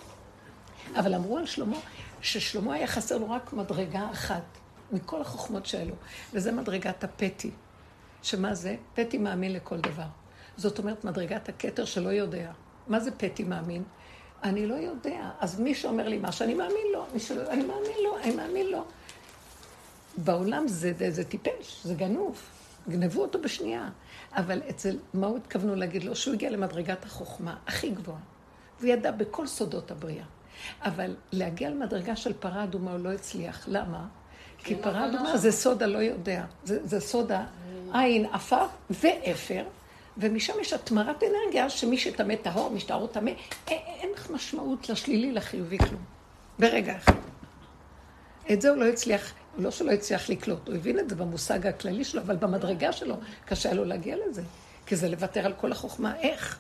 Speaker 2: אבל אמרו על שלמה, ששלמה היה חסר לו רק מדרגה אחת, מכל החוכמות שלו, וזה מדרגת הפתי. שמה זה? פתי מאמין לכל דבר. זאת אומרת, מדרגת הכתר שלא יודע. מה זה פתי מאמין? אני לא יודע. אז מי שאומר לי מה שאני מאמין לו, מי שלא, אני מאמין לו, אני מאמין לו. בעולם זה, זה, זה טיפש, זה גנוב. גנבו אותו בשנייה. אבל אצל, מה הוא התכוונו להגיד לו? שהוא הגיע למדרגת החוכמה הכי גבוהה. והוא ידע בכל סודות הבריאה. אבל להגיע למדרגה של פרה אדומה הוא לא הצליח. למה? כי פרה אדומה זה סוד הלא יודע. זה, זה סוד העין, עפר ואפר, ומשם יש התמרת אנרגיה שמי שטמא טהור, מי שטהור טמא, אין לך משמעות לשלילי, לחיובי כלום. ברגע אחד. את זה הוא לא הצליח, לא שלא הצליח לקלוט, הוא הבין את זה במושג הכללי שלו, אבל במדרגה שלו קשה לו להגיע לזה. כי זה לוותר על כל החוכמה. איך?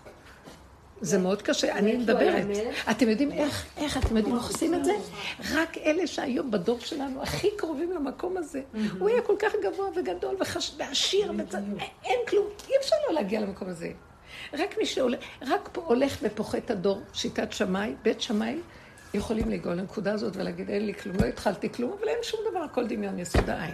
Speaker 2: זה מאוד קשה, אני מדברת. אתם יודעים איך, איך אתם יודעים איך עושים את זה? רק אלה שהיום בדור שלנו הכי קרובים למקום הזה. הוא היה כל כך גבוה וגדול ועשיר, אין כלום, אי אפשר לא להגיע למקום הזה. רק מי שהולך, רק פה הולך ופוחת הדור, שיטת שמאי, בית שמאי, יכולים לגאול לנקודה הזאת ולהגיד, אין לי כלום, לא התחלתי כלום, אבל אין שום דבר, הכל דמיון, יסוד העין.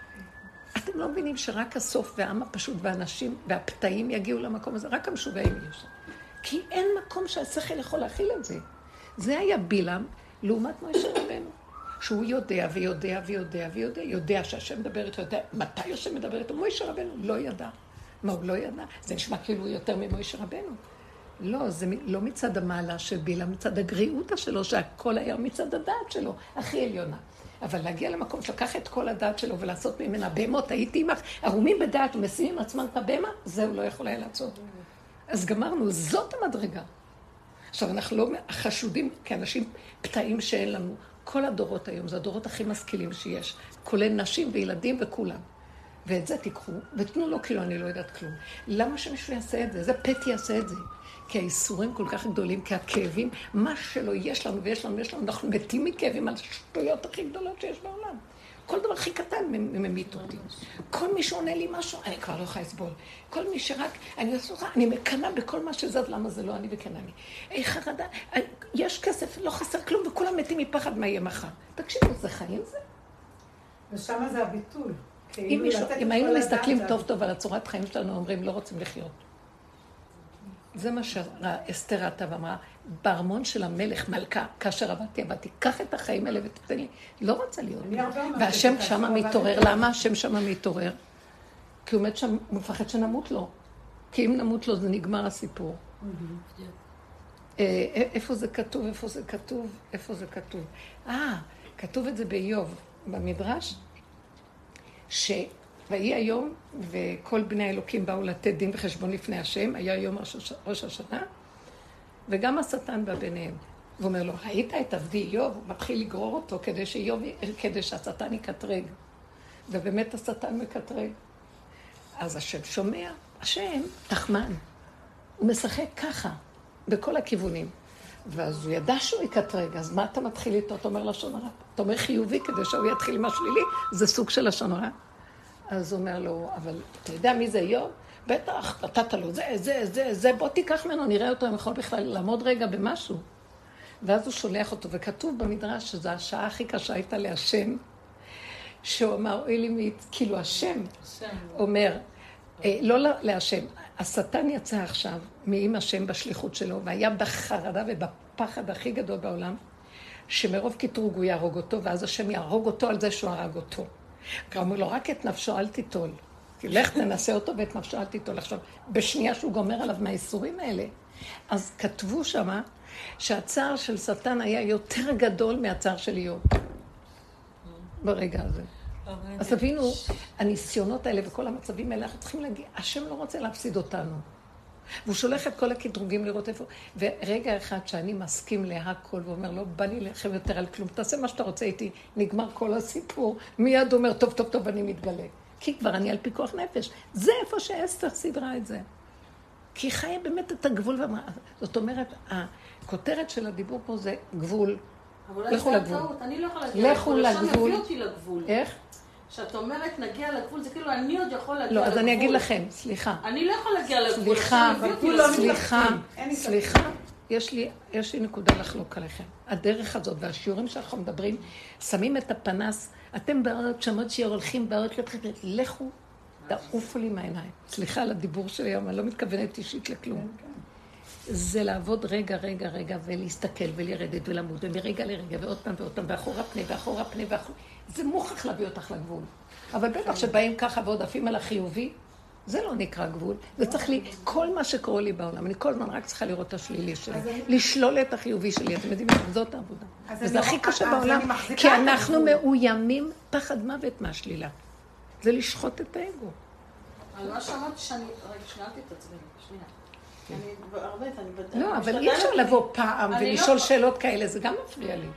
Speaker 2: אתם לא מבינים שרק הסוף והעם הפשוט והאנשים והפתאים יגיעו למקום הזה, רק המשוגעים יהיו שם. כי אין מקום שהשכל יכול להכיל את זה. זה היה בילם לעומת משה רבנו. שהוא יודע ויודע ויודע ויודע, יודע שהשם מדבר איתו, יודע מתי השם מדבר איתו. משה רבנו לא ידע. מה הוא לא ידע? זה נשמע כאילו יותר ממשה רבנו. לא, זה לא מצד המעלה של בילם, מצד הגריעותא שלו, שהכל היה מצד הדעת שלו, הכי עליונה. אבל להגיע למקום שלקח את כל הדעת שלו ולעשות ממנה בהמות, הייתי עמך, ערומים בדעת ומשימים עצמם את הבהמה, זה הוא לא יכול היה לעשות. אז גמרנו, זאת המדרגה. עכשיו, אנחנו לא חשודים כאנשים פתאים שאין לנו. כל הדורות היום, זה הדורות הכי משכילים שיש, כולל נשים וילדים וכולם. ואת זה תיקחו, ותנו לו כאילו אני לא יודעת כלום. למה שמישהו יעשה את זה? זה פתי יעשה את זה. כי האיסורים כל כך גדולים, כי הכאבים, מה שלא יש לנו ויש לנו ויש לנו, אנחנו מתים מכאבים על השטויות הכי גדולות שיש בעולם. כל דבר הכי קטן ממית אותי. כל מי שעונה לי משהו, אני כבר לא יכולה לסבול. כל מי שרק, אני עושה לך, אני מקנה בכל מה שזאת, למה זה לא אני וכן אני. אי חרדה, יש כסף, לא חסר כלום, וכולם מתים מפחד מה יהיה מחר. תקשיבו, זה חיים זה?
Speaker 8: ושמה זה הביטול.
Speaker 2: אם, מישהו, אם היינו מסתכלים טוב טוב על הצורת חיים שלנו, אומרים, לא רוצים לחיות. זה מה שאסתר ראתה ואמרה, בארמון של המלך מלכה, כאשר עבדתי, עבדתי, קח את החיים האלה ותתן לי, לא רוצה להיות. והשם שמה מתעורר, למה השם שמה מתעורר? כי הוא מת שם, הוא מפחד שנמות לו. כי אם נמות לו, זה נגמר הסיפור. איפה זה כתוב, איפה זה כתוב, איפה זה כתוב? אה, כתוב את זה באיוב, במדרש, ש... ויהי היום, וכל בני האלוקים באו לתת דין וחשבון לפני השם, היה יום ראש, ראש השנה, וגם השטן בא ביניהם. הוא אומר לו, ראית את עבדי איוב? הוא מתחיל לגרור אותו כדי, שאיוב, כדי שהשטן יקטרג. ובאמת השטן מקטרג. אז השם שומע, השם תחמן. הוא משחק ככה, בכל הכיוונים. ואז הוא ידע שהוא יקטרג, אז מה אתה מתחיל איתו? אתה אומר לשון הרע. אתה אומר חיובי כדי שהוא יתחיל עם השלילי, זה סוג של לשון הרע. אז הוא אומר לו, אבל אתה יודע מי זה איוב? בטח, נתת לו זה, זה, זה, זה, בוא תיקח ממנו, נראה אותו, אם יכול בכלל לעמוד רגע במשהו. ואז הוא שולח אותו, וכתוב במדרש שזו השעה הכי קשה הייתה להשם, שהוא אמר, אוי לי מי, כאילו השם אומר, אה, לא להשם, השטן יצא עכשיו מעם השם בשליחות שלו, והיה בחרדה ובפחד הכי גדול בעולם, שמרוב קטרוג הוא יהרוג אותו, ואז השם יהרוג אותו על זה שהוא הרג אותו. אמרו לו, רק את נפשו אל תיטול. כי לך תנסה אותו ואת נפשו אל תיטול. עכשיו, בשנייה שהוא גומר עליו מהאיסורים האלה. אז כתבו שמה שהצער של שטן היה יותר גדול מהצער של איוב. ברגע הזה. אז תבינו, הניסיונות האלה וכל המצבים האלה, אנחנו צריכים להגיד, השם לא רוצה להפסיד אותנו. והוא שולח את כל הקטרוגים לראות איפה. ורגע אחד שאני מסכים להכל ואומר, לא בא לי לכם יותר על כלום, תעשה מה שאתה רוצה איתי, נגמר כל הסיפור. מיד אומר, טוב, טוב, טוב, אני מתגלה. כי כבר אני על פיקוח נפש. זה איפה שאסתר סידרה את זה. כי היא חיה באמת את הגבול. ואמרה, זאת אומרת, הכותרת של הדיבור פה זה גבול. לכו לגבול.
Speaker 6: אני לא יכולה להגיע לגבול.
Speaker 2: לכו לגבול.
Speaker 6: אותי לגבול.
Speaker 2: איך?
Speaker 6: כשאת אומרת נגיע לגבול, זה כאילו אני עוד יכול להגיע
Speaker 2: לגבול.
Speaker 6: לגבול.
Speaker 2: לא, אז אני אגיד לכם, סליחה.
Speaker 6: אני לא יכול להגיע לגבול.
Speaker 2: סליחה, סליחה, סליחה. יש לי, יש לי נקודה לחלוק עליכם. הדרך הזאת והשיעורים שאנחנו מדברים, שמים את הפנס, אתם בארץ שמות שיר הולכים בארץ לבחינת, לכו, תעופו לי מהעיניים. סליחה על הדיבור שלי היום, אני לא מתכוונת אישית לכלום. זה לעבוד רגע, רגע, רגע, ולהסתכל ולרדת ולמות, ומרגע לרגע, ועוד פעם ועוד פעם, ואחורה פני, ואחורה פני, ואחורה... זה מוכרח להביא אותך לגבול. אבל בטח שבאים ככה ועוד עפים על החיובי, זה לא נקרא גבול. זה צריך לי, כל מה שקורה לי בעולם, אני כל הזמן רק צריכה לראות את השלילי שלי. לשלול את החיובי שלי. אתם יודעים, זאת העבודה. וזה הכי קשה בעולם, כי אנחנו מאוימים פחד מוות מהשלילה. זה לשחוט את האגו.
Speaker 6: אני לא שמעתי שאני... רגע, שנעתי את עצמי, שנייה. אני הרבה, אני בדרך.
Speaker 2: לא, אבל אי אפשר לבוא פעם ולשאול שאלות כאלה, זה גם מפריע לי.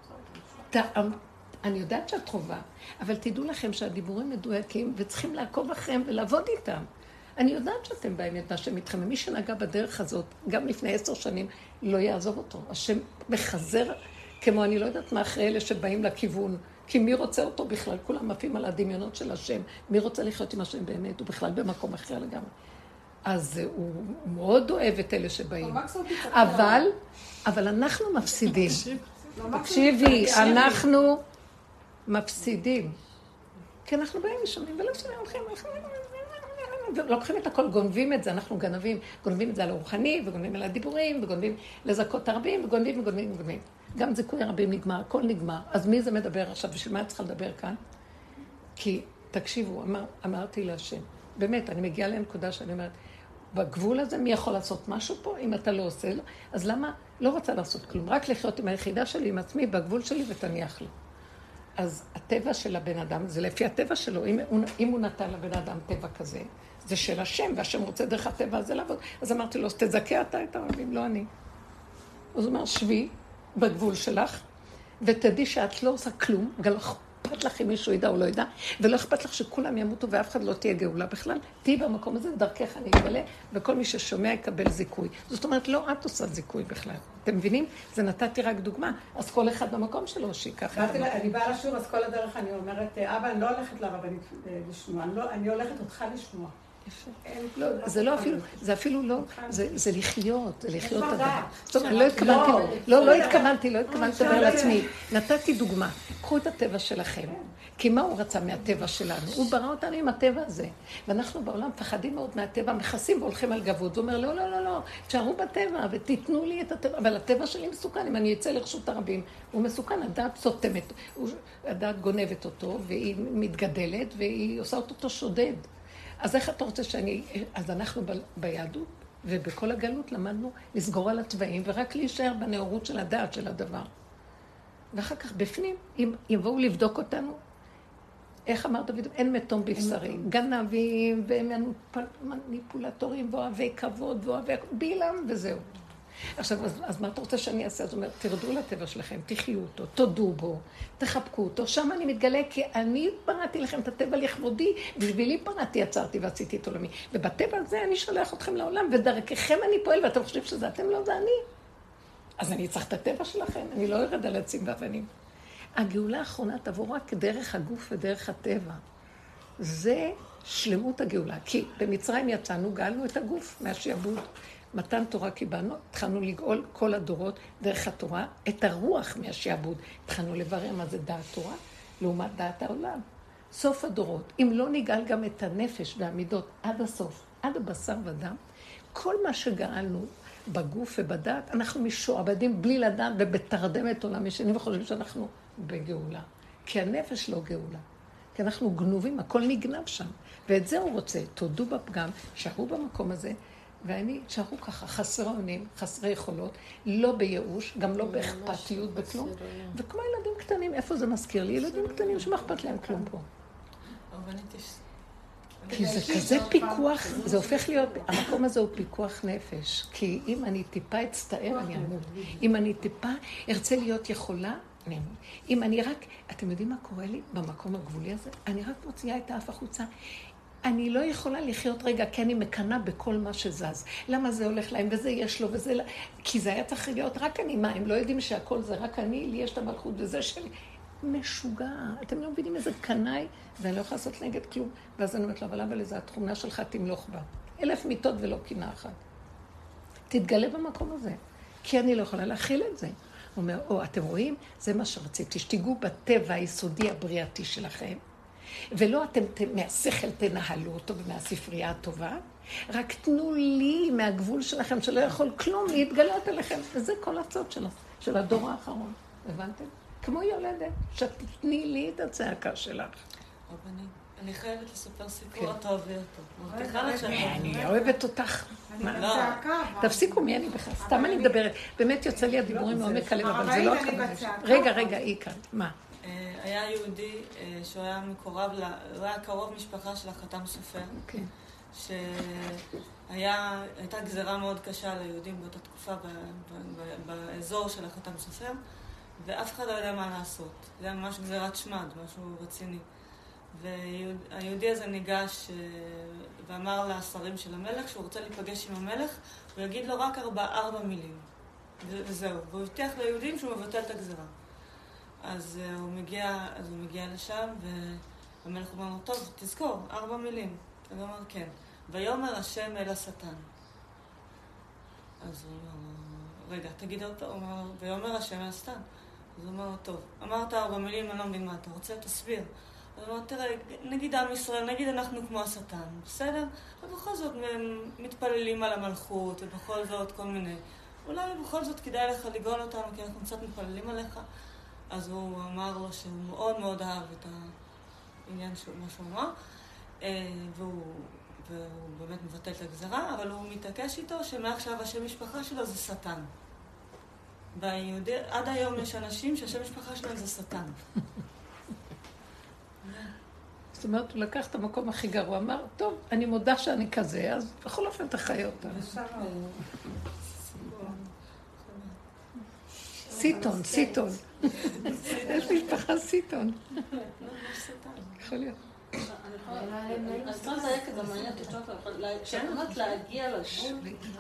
Speaker 2: אני יודעת שאת חובה, אבל תדעו לכם שהדיבורים מדויקים וצריכים לעקוב אחריהם ולעבוד איתם. אני יודעת שאתם באמת השם איתכם, ומי שנגע בדרך הזאת, גם לפני עשר שנים, לא יעזוב אותו. השם מחזר, כמו אני לא יודעת מה אחרי אלה שבאים לכיוון, כי מי רוצה אותו בכלל? כולם מפים על הדמיונות של השם. מי רוצה לחיות עם השם באמת? הוא בכלל במקום אחר לגמרי. אז הוא מאוד אוהב את אלה שבאים. אבל, אבל אנחנו מפסידים. תקשיבי, אנחנו מפסידים. כי אנחנו באים משונים, ולא משנה, הולכים, לוקחים את הכל, גונבים את זה, אנחנו גנבים. גונבים את זה על הרוחני, וגונבים על הדיבורים, וגונבים לזכות הרבים, וגונבים וגונבים וגונבים. גם זיכוי הרבים נגמר, הכל נגמר. אז מי זה מדבר עכשיו? בשביל מה את צריכה לדבר כאן? כי, תקשיבו, אמר, אמרתי להשם, באמת, אני מגיעה לנקודה שאני אומרת, בגבול הזה מי יכול לעשות משהו פה? אם אתה לא עושה לו, אז למה לא רוצה לעשות כלום? רק לחיות עם היחידה שלי, עם עצמי, בגבול שלי ותניח לי. אז הטבע של הבן אדם, זה לפי הטבע שלו, אם הוא, אם הוא נתן לבן אדם טבע כזה, זה של השם, והשם רוצה דרך הטבע הזה לעבוד. אז אמרתי לו, אז תזכה אתה את הערבים, לא אני. אז הוא אומר, שבי בגבול שלך, ותדעי שאת לא עושה כלום, גם לא אכפת לך אם מישהו ידע או לא ידע, ולא אכפת לך שכולם ימותו ואף אחד לא תהיה גאולה בכלל. תהי במקום הזה, דרכך אני אגלה, וכל מי ששומע יקבל זיכוי. זאת אומרת, לא את עושה זיכוי בכלל. אתם מבינים? זה נתתי רק דוגמה, אז כל אחד במקום שלו שיקח.
Speaker 8: אני באה לשור, אז כל הדרך אני אומרת, אבא, אני לא הולכת לרבנית לשמוע, אני הולכת אותך לשמוע.
Speaker 2: לא, זה לא אפילו, זה אפילו לא, זה לחיות, זה לחיות את הדבר. זאת אומרת, לא התכוונתי, לא, לא התכוונתי, לא התכוונתי לדבר על עצמי. נתתי דוגמה, קחו את הטבע שלכם, כי מה הוא רצה מהטבע שלנו? הוא ברא אותנו עם הטבע הזה, ואנחנו בעולם פחדים מאוד מהטבע, מכסים והולכים על גבות. הוא אומר, לא, לא, לא, לא, תשארו בטבע ותיתנו לי את הטבע, אבל הטבע שלי מסוכן, אם אני אצא לרשות הרבים, הוא מסוכן, הדעת סותמת, הדעת גונבת אותו, והיא מתגדלת, והיא עושה אותו שודד. אז איך אתה רוצה שאני... אז אנחנו ב... ביהדות ובכל הגלות למדנו לסגור על הטבעים ורק להישאר בנאורות של הדעת של הדבר. ואחר כך בפנים, אם יבואו לבדוק אותנו, איך אמר דוד, אין מתום בבשרי, גנבים ומניפולטורים ואוהבי כבוד ואוהבי... בילם וזהו. עכשיו, אז, אז מה אתה רוצה שאני אעשה? זאת אומרת, תרדו לטבע שלכם, תחיו אותו, תודו בו, תחבקו אותו. שם אני מתגלה, כי אני בראתי לכם את הטבע לכבודי, בשבילי בראתי, יצרתי ועשיתי את עולמי. ובטבע הזה אני שולח אתכם לעולם, ודרככם אני פועל, ואתם חושבים שזה אתם לא, זה אני. אז אני צריך את הטבע שלכם, אני לא ארד על עצים ואבנים. הגאולה האחרונה תבוא רק דרך הגוף ודרך הטבע. זה שלמות הגאולה. כי במצרים יצאנו, גאלנו את הגוף מהשעבוד. מתן תורה קיבלנו, התחלנו לגאול כל הדורות דרך התורה, את הרוח מהשעבוד. התחלנו לברר מה זה דעת תורה, לעומת דעת העולם. סוף הדורות, אם לא נגאל גם את הנפש והמידות עד הסוף, עד הבשר ודם, כל מה שגאלנו בגוף ובדעת, אנחנו משועבדים בלי לדעת ובתרדמת עולם ישנים וחושבים שאנחנו בגאולה. כי הנפש לא גאולה. כי אנחנו גנובים, הכל נגנב שם. ואת זה הוא רוצה, תודו בפגם, שערו במקום הזה, ואני שערו ככה, חסרי אונים, חסרי יכולות, לא בייאוש, גם לא באכפתיות בכלום. וכמו ילדים קטנים, איפה זה מזכיר לי? ילדים קטנים שמה אכפת להם כלום פה. כי זה כזה פיקוח, זה הופך להיות, המקום הזה הוא פיקוח נפש. כי אם אני טיפה אצטער, אני אמור. אם אני טיפה ארצה להיות יכולה, אני אמור. אם אני רק, אתם יודעים מה קורה לי במקום הגבולי הזה? אני רק מוציאה את האף החוצה. אני לא יכולה לחיות רגע, כי אני מקנה בכל מה שזז. למה זה הולך להם, וזה יש לו, וזה... כי זה היה צריך להיות רק אני. מה, הם לא יודעים שהכל זה רק אני, לי יש את המלכות, וזה שלי. משוגע. אתם לא מבינים איזה קנאי, ואני לא יכולה לעשות נגד כלום. ואז אני אומרת לו, אבל אבל איזה התכונה שלך תמלוך בה. אלף מיטות ולא קינה אחת. תתגלה במקום הזה, כי אני לא יכולה להכיל את זה. הוא אומר, או, אתם רואים? זה מה שרציתי. תשתיגו בטבע היסודי הבריאתי שלכם. ולא אתם מהשכל תנהלו אותו ומהספרייה הטובה, רק תנו לי מהגבול שלכם שלא יכול כלום להתגלות אליכם. וזה כל הצעות של, של הדור האחרון. הבנתם? כמו יולדת, שתתני לי את הצעקה שלך.
Speaker 3: רבנית, אני חייבת לספר סיפור, אתה אוהב אותו. מבטיחה לך שאני...
Speaker 2: אני אוהבת אותך.
Speaker 1: אני בצעקה.
Speaker 2: תפסיקו מי אני בכלל, סתם אני מדברת. באמת יוצא לי הדיבורים מעומק הלב, אבל זה לא הכוונה. רגע, רגע, היא כאן. מה?
Speaker 3: היה יהודי שהוא היה מקורב, הוא היה קרוב משפחה של החתם סופר.
Speaker 2: כן.
Speaker 3: שהייתה גזרה מאוד קשה ליהודים באותה תקופה באזור של החתם סופר, ואף אחד לא יודע מה לעשות. זה היה ממש גזירת שמד, משהו רציני. והיהודי הזה ניגש ואמר לשרים של המלך שהוא רוצה להיפגש עם המלך, הוא יגיד לו רק ארבע, ארבע מילים. וזהו. והוא הבטיח ליהודים שהוא מבטל את הגזירה. אז הוא מגיע, אז הוא מגיע לשם, והמלך אומר לו, טוב, תזכור, ארבע מילים. הוא אומר, כן. ויאמר השם אל השטן. אז הוא אומר, רגע, תגיד אותו, הוא אומר, ויאמר השם אל השטן. אז הוא אומר, טוב, אמרת ארבע מילים, אני לא מבין מה אתה רוצה, תסביר. אז הוא אומר, תראה, נגיד עם ישראל, נגיד אנחנו כמו השטן, בסדר? ובכל זאת מתפללים על המלכות, ובכל זאת כל מיני. אולי בכל זאת כדאי לך לגאול אותנו, כי אנחנו קצת מתפללים עליך. אז הוא אמר לו שהוא מאוד מאוד אהב את העניין של מה שהוא אמר, והוא, והוא באמת מבטל את הגזרה, אבל הוא מתעקש איתו שמעכשיו השם משפחה שלו זה שטן. ביהודי, עד היום יש אנשים שהשם משפחה שלהם זה שטן.
Speaker 2: זאת אומרת, הוא לקח את המקום הכי גרוע, הוא אמר, טוב, אני מודה שאני כזה, אז בכל אופן תחיה אותה. סיטון, סיטון. יש משפחה סיטון. יכול להיות.
Speaker 6: אני צריכה לדייק את זה, מעניין את השעות, כשאת אומרת להגיע לגבול,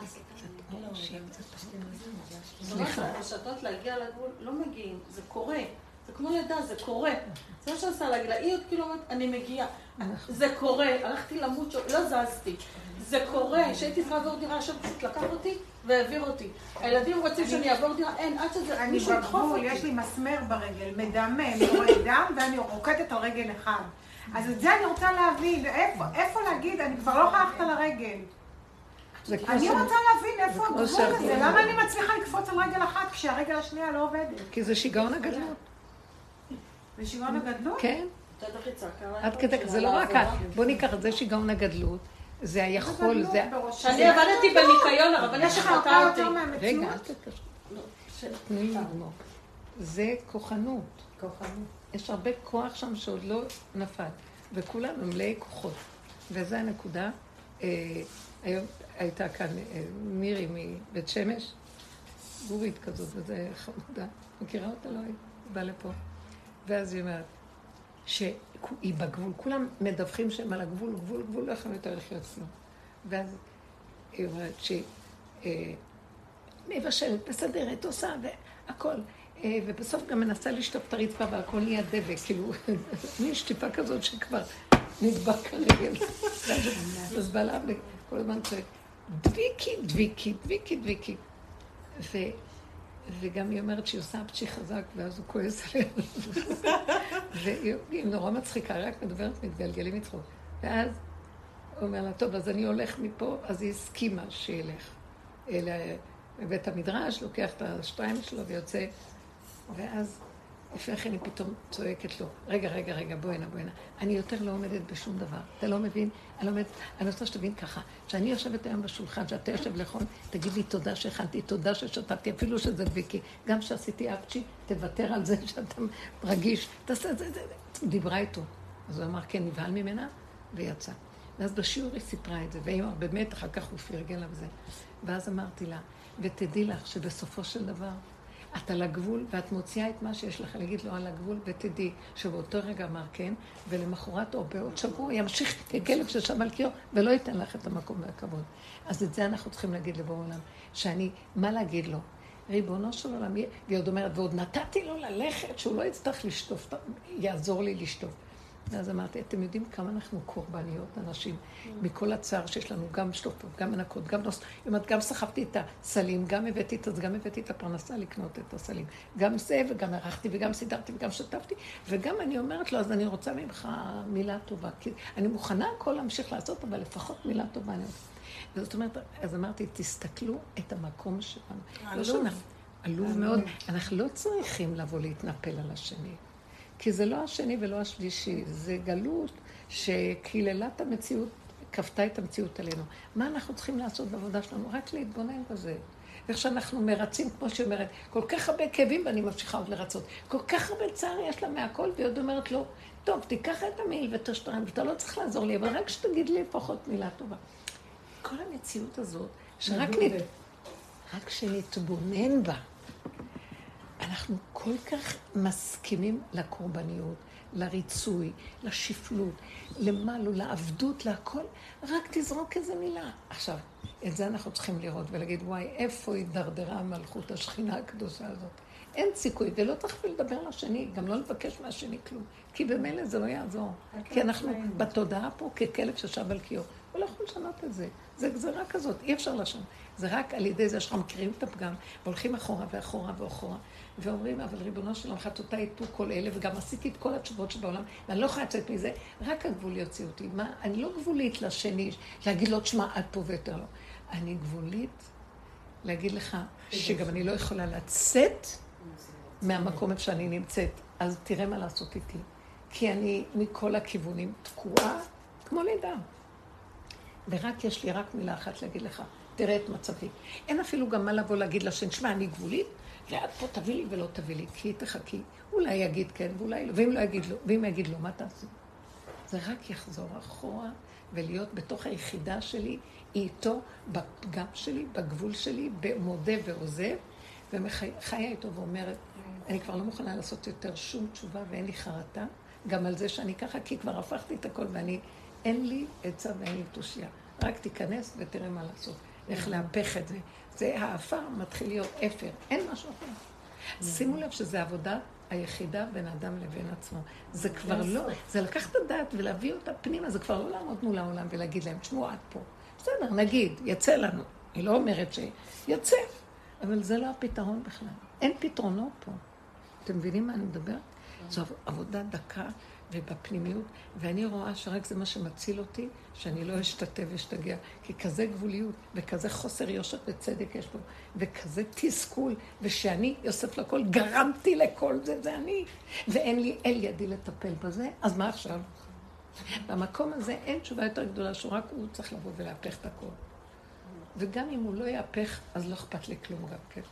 Speaker 6: כשאת אומרת להגיע לגבול, לא מגיעים, זה קורה. זה כמו לידה, זה קורה. זה מה שעושה להגיד לה, היא עוד כאילו אומרת, אני מגיעה. זה קורה, הלכתי למות שם, לא זזתי. זה קורה, שהייתי צריכה לעבור דירה, עכשיו פשוט לקח אותי והעביר אותי. הילדים רוצים שאני אעבור דירה, אין, עד שזה, מישהו ידחוף אותי.
Speaker 1: יש לי מסמר ברגל, מדמם, יורד דם, ואני רוקדת על רגל אחד. אז את זה אני רוצה להבין, איפה להגיד, אני כבר לא יכולה ללכת על הרגל. אני רוצה להבין איפה הגבול הזה, למה אני מצליחה לקפוץ על רגל אחת כשהרגל השנייה לא עובדת?
Speaker 2: כי זה שיגעון הגדלות.
Speaker 1: זה שיגעון הגדלות?
Speaker 2: כן. עד כדי, זה לא רק, בוא ניקח את זה שיגעון הגדלות, זה היכול, זה...
Speaker 6: שאני עבדתי בניקיון, אבל יש לך אותה אותי.
Speaker 2: רגע, אל תתקשרו. תני לי לגמור. זה כוחנות. כוחנות. יש הרבה כוח שם שעוד לא נפל, וכולנו מלאי כוחות. וזו הנקודה. היום הייתה כאן מירי מבית שמש, גורית כזאת, וזה חמודה. מכירה אותה? לא, היא באה לפה. ואז היא אומרת, שהיא בגבול, כולם מדווחים שהם על הגבול, גבול, גבול, לא יכולים יותר לחיות כלום. ואז היא אומרת שהיא מבשלת, מסדרת, עושה, והכל. ובסוף גם מנסה לשטוף את הרצפה והכל נהיה דבק, כאילו, מין שטיפה כזאת שכבר נדבק הרגל. אז בעלה כל הזמן צועק, דביקי, דביקי, דביקי, דביקי. וגם היא אומרת שהיא עושה פצ'י חזק, ואז הוא כועס עליה. והיא נורא מצחיקה, רק מדברת, מתגלגלים מצחוק. ואז הוא אומר לה, טוב, אז אני הולך מפה, אז היא הסכימה שילך לבית המדרש, לוקח את השתיים שלו ויוצא, ואז לפני כן היא פתאום צועקת לו, רגע, רגע, רגע, בוא הנה, בוא הנה. אני יותר לא עומדת בשום דבר. אתה לא מבין? אני לא עומדת, אני רוצה שתבין ככה, שאני יושבת היום בשולחן, שאתה יושב לאכול, תגיד לי תודה שהכנתי, תודה ששתפתי, אפילו שזה ויקי. גם שעשיתי אפצ'י, תוותר על זה שאתה רגיש. תעשה את זה, זה, זה. דיברה איתו. אז הוא אמר, כן, נבהל ממנה, ויצא. ואז בשיעור היא סיפרה את זה, והיא אמרה, באמת, אחר כך הוא פרגן לה וזה. ואז אמרתי לה, ותדעי לך שבסופו של דבר, את על הגבול, ואת מוציאה את מה שיש לך להגיד לו על הגבול, ותדעי שבאותו רגע אמר כן, ולמחרת או בעוד שבוע ימשיך ככלב ששם על קיר, ולא ייתן לך את המקום והכבוד. אז את זה אנחנו צריכים להגיד לבוא עולם, שאני, מה להגיד לו? ריבונו של עולם, והיא עוד אומרת, ועוד נתתי לו ללכת, שהוא לא יצטרך לשטוף, יעזור לי לשטוף. ואז אמרתי, אתם יודעים כמה אנחנו קורבניות, אנשים, מכל הצער שיש לנו, גם שטופות, גם מנקות, גם נוס... זאת אומרת, גם סחבתי את הסלים, גם הבאתי את, גם הבאתי את הפרנסה לקנות את הסלים. גם זה, וגם ערכתי, וגם סידרתי, וגם שטפתי, וגם אני אומרת לו, אז אני רוצה ממך מילה טובה, כי אני מוכנה הכל להמשיך לעשות, אבל לפחות מילה טובה אני רוצה. וזאת אומרת, אז אמרתי, תסתכלו את המקום שלנו. עלוב. עלוב מאוד. אנחנו לא צריכים לבוא להתנפל על השני. כי זה לא השני ולא השלישי, זה גלות שקיללת המציאות, כפתה את המציאות עלינו. מה אנחנו צריכים לעשות בעבודה שלנו? רק להתבונן בזה. איך שאנחנו מרצים, כמו שאומרת, כל כך הרבה כאבים ואני ממשיכה עוד לרצות. כל כך הרבה צער יש לה מהכל, והיא עוד אומרת לו, טוב, תיקח את המעיל ותשטרן, ואתה לא צריך לעזור לי, אבל רק שתגיד לי לפחות מילה טובה. כל המציאות הזאת, שרק נת... רק שנתבונן בה, אנחנו כל כך מסכימים לקורבניות, לריצוי, לשפלות, למעלו, לעבדות, להכל, רק תזרוק איזה מילה. עכשיו, את זה אנחנו צריכים לראות ולהגיד, וואי, איפה הידרדרה המלכות השכינה הקדושה הזאת? אין סיכוי, ולא תכף לדבר לשני, גם לא לבקש מהשני כלום, כי במילא זה לא יעזור. כי אנחנו בתודעה פה ככלב ששב על קיור. הוא לא יכול לשנות את זה. זה גזרה כזאת, אי אפשר לשנות. זה רק על ידי זה שאנחנו מכירים את הפגם, והולכים אחורה ואחורה ואחורה, ואומרים, אבל ריבונו שלום, חטאותיי איתו כל אלה, וגם עשיתי את כל התשובות שבעולם, ואני לא יכולה לצאת מזה, רק הגבול יוציא אותי. מה? אני לא גבולית לשני, להגיד לו, תשמע, עד פה ויותר לא. אני גבולית להגיד לך שגם אני לא יכולה לצאת מהמקום איפה שאני נמצאת. אז תראה מה לעשות איתי. כי אני מכל הכיוונים תקועה כמו לידה. ורק יש לי רק מילה אחת להגיד לך, תראה את מצבי. אין אפילו גם מה לבוא להגיד לשן, שמע, אני גבולית, ועד פה תביא לי ולא תביא לי, כי תחכי. אולי יגיד כן ואולי לא, ואם לא יגיד לו, ואם יגיד לו, מה תעשי? זה רק יחזור אחורה ולהיות בתוך היחידה שלי, איתו, בפגם שלי, בגבול שלי, במודה ועוזב, וחיה איתו ואומרת, אני כבר לא מוכנה לעשות יותר שום תשובה ואין לי חרטה, גם על זה שאני ככה, כי כבר הפכתי את הכל ואני, אין לי עצה ואין לי תושייה. רק תיכנס ותראה מה לעשות, איך להפך את זה. זה האפר מתחיל להיות אפר, אין משהו אחר. שימו לב שזה עבודה היחידה בין אדם לבין עצמו. זה כבר לא, זה לקח את הדעת ולהביא אותה פנימה, זה כבר לא לעמוד מול העולם ולהגיד להם, תשמעו עד פה. בסדר, נגיד, יצא לנו. היא לא אומרת שיצא, אבל זה לא הפתרון בכלל. אין פתרונות פה. אתם מבינים מה אני מדבר? זו עבודה דקה ובפנימיות, ואני רואה שרק זה מה שמציל אותי, שאני לא אשתתה ואשתגע, כי כזה גבוליות וכזה חוסר יושר וצדק יש פה, וכזה תסכול, ושאני, יוסף לכל, גרמתי לכל זה, זה אני, ואין לי אל ידי לטפל בזה, אז מה עכשיו? במקום הזה אין תשובה יותר גדולה, שרק הוא צריך לבוא ולהפך את הכל. וגם אם הוא לא יהפך, אז לא אכפת לי כלום גם כן.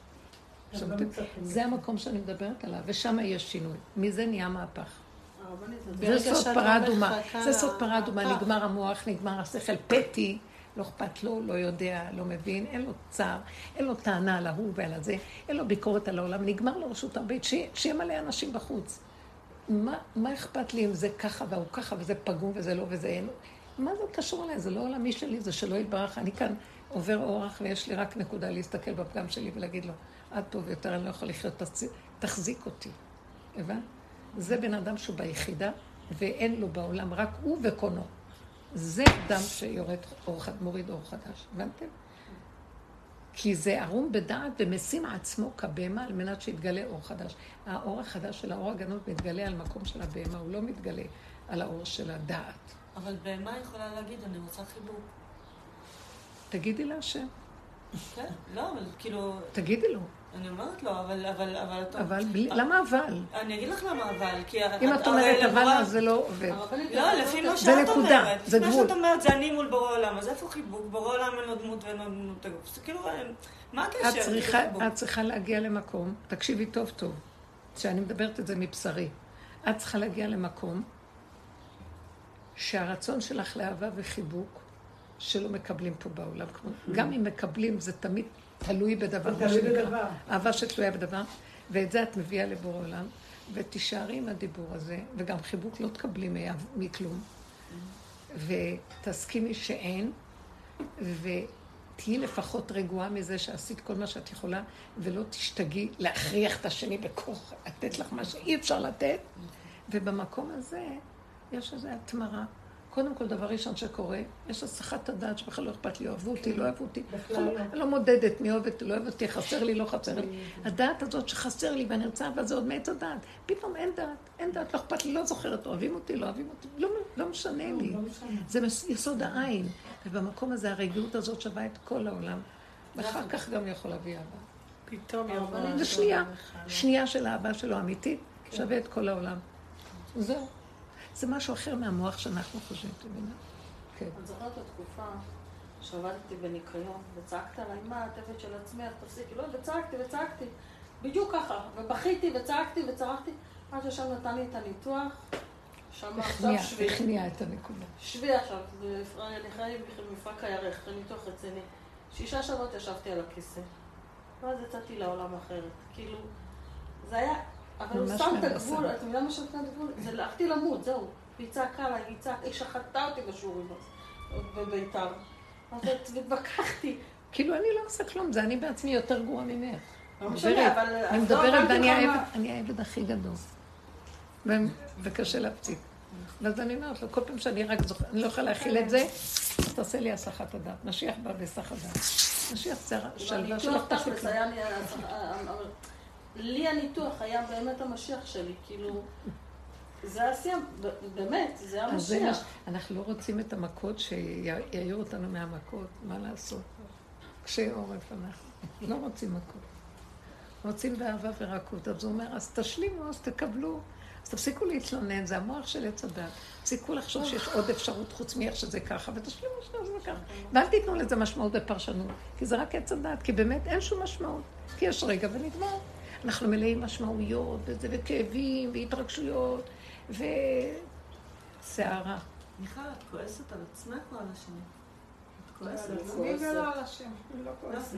Speaker 2: זה המקום שאני מדברת עליו, ושם יש שינוי. מזה נהיה מהפך. זה סוד פרה אדומה. זה סוד פרה אדומה, נגמר המוח, נגמר השכל פתי, לא אכפת לו, לא יודע, לא מבין, אין לו צער, אין לו טענה על ההוא ועל הזה, אין לו ביקורת על העולם, נגמר לו רשות הבית, שיהיה מלא אנשים בחוץ. מה, מה אכפת לי אם זה ככה והוא ככה וזה פגום וזה לא וזה אין? מה זה קשור אליי? זה לא עולמי שלי, זה שלא יתברך. אני כאן עובר אורח ויש לי רק נקודה להסתכל בפגם שלי ולהגיד לו, עד טוב יותר אני לא יכול לחיות, תחזיק אותי. הבנת? זה בן אדם שהוא ביחידה ואין לו בעולם, רק הוא וקונו. זה אדם שיורד אור, מוריד אור חדש. הבנתם? כי זה ערום בדעת ומשים עצמו כבהמה על מנת שיתגלה אור חדש. האור החדש של האור הגנות מתגלה על מקום של הבהמה, הוא לא מתגלה על האור של הדעת.
Speaker 3: אבל בהמה יכולה להגיד, אני רוצה חיבור.
Speaker 2: תגידי להשם.
Speaker 3: כן, לא, אבל כאילו...
Speaker 2: תגידי לו.
Speaker 3: אני אומרת לו, אבל... אבל, אבל,
Speaker 2: אבל למה אבל?
Speaker 3: אני אגיד לך למה אבל, כי...
Speaker 2: אם את אומרת אבל, אז זה לא עובד.
Speaker 3: לא, לפי מה שאת אומרת.
Speaker 2: זה גבול.
Speaker 3: לפי מה שאת אומרת, זה אני מול בורא עולם. אז איפה חיבוק? בורא עולם אין לו דמות ואין לו דמות את הגוף. זה כאילו, מה הקשר?
Speaker 2: את צריכה להגיע למקום, תקשיבי טוב טוב, שאני מדברת את זה מבשרי. את צריכה להגיע למקום שהרצון שלך לאהבה וחיבוק שלא מקבלים פה בעולם. גם אם מקבלים, זה תמיד תלוי בדבר.
Speaker 8: תלוי בדבר.
Speaker 2: אהבה שתלויה בדבר, ואת זה את מביאה לבור עולם, ותישארי עם הדיבור הזה, וגם חיבוק לא תקבלי מכלום, ותסכימי שאין, ותהיי לפחות רגועה מזה שעשית כל מה שאת יכולה, ולא תשתגעי להכריח את השני בכוח, לתת לך מה שאי אפשר לתת, ובמקום הזה יש איזו התמרה. קודם כל, דבר ראשון שקורה, יש הסחת הדעת שבכלל לא אכפת לי, אוהבו אותי, לא אוהבו אותי. אני לא מודדת מי אוהבת, לא אוהבת אותי, חסר לי, לא חסר לי. הדעת הזאת שחסר לי ואני רוצה, אבל זה עוד מעץ הדעת. פתאום אין דעת, אין דעת, לא אכפת לי, לא זוכרת, אוהבים אותי, לא אוהבים אותי, לא משנה לי. זה יסוד העין. ובמקום הזה, הרגיעות הזאת שווה את כל העולם. ואחר כך גם יכול להביא אהבה.
Speaker 6: פתאום יבוא.
Speaker 2: זה שנייה, שנייה של האהבה שלו אמיתית, שווה את כל העולם. זהו. זה משהו אחר מהמוח שאנחנו חושבים, אתה מבינה? כן.
Speaker 6: אני זוכרת את התקופה שעבדתי בניקיון, וצעקת עליי, מה, את עבד של עצמך, תפסיקי, לא, וצעקתי וצעקתי, בדיוק ככה, ובכיתי וצעקתי וצרחתי, עד ששם נתן לי את הניתוח, שם עכשיו שבי.
Speaker 2: הכניע את הנקודה.
Speaker 6: שבי עכשיו, אני חייב מפרק הירך, זה ניתוח רציני. שישה שעות ישבתי על הכיסא, ואז יצאתי לעולם אחרת, כאילו, זה היה, אבל הוא שם את הגבול, אתה מבינה מה שם את הגבול? זה הלכתי למות, זהו, היא צעקה לה, היא צעקה, היא שחטה אותי בשיעורים בביתר. אז התווכחתי.
Speaker 2: כאילו אני לא עושה כלום, זה אני בעצמי יותר גרועה ממך.
Speaker 6: לא משנה, אבל...
Speaker 2: אני מדברת ואני העבד הכי גדול. וקשה להפציק. ואז אני אומרת לו, כל פעם שאני רק זוכרת, אני לא יכולה להכיל את זה, אז תעשה לי הסחת הדעת. משיח בא בסח הדעת. משיח זה שלווה שלך תפסיק.
Speaker 6: לי הניתוח היה באמת המשיח שלי, כאילו... זה עשייה, באמת, זה המשיח.
Speaker 2: אנחנו לא רוצים את המכות שיעירו אותנו מהמכות, מה לעשות? קשי עורף אנחנו, לא רוצים מכות. רוצים באהבה ורקות, אז הוא אומר, אז תשלימו, אז תקבלו, אז תפסיקו להתלונן, זה המוח של עץ הדת. תפסיקו לחשוב שיש עוד אפשרות חוץ מאיך שזה ככה, ותשלימו שזה ככה. ואל תיתנו לזה משמעות בפרשנות, כי זה רק עץ הדת, כי באמת אין שום משמעות, כי יש רגע ונגמר. אנחנו מלאים משמעויות, וזה, וכאבים, והתרגשויות, וסערה.
Speaker 3: מיכל, את כועסת על עצמך או על השני? את כועסת
Speaker 8: על עצמי ולא על השם. לא כועסת.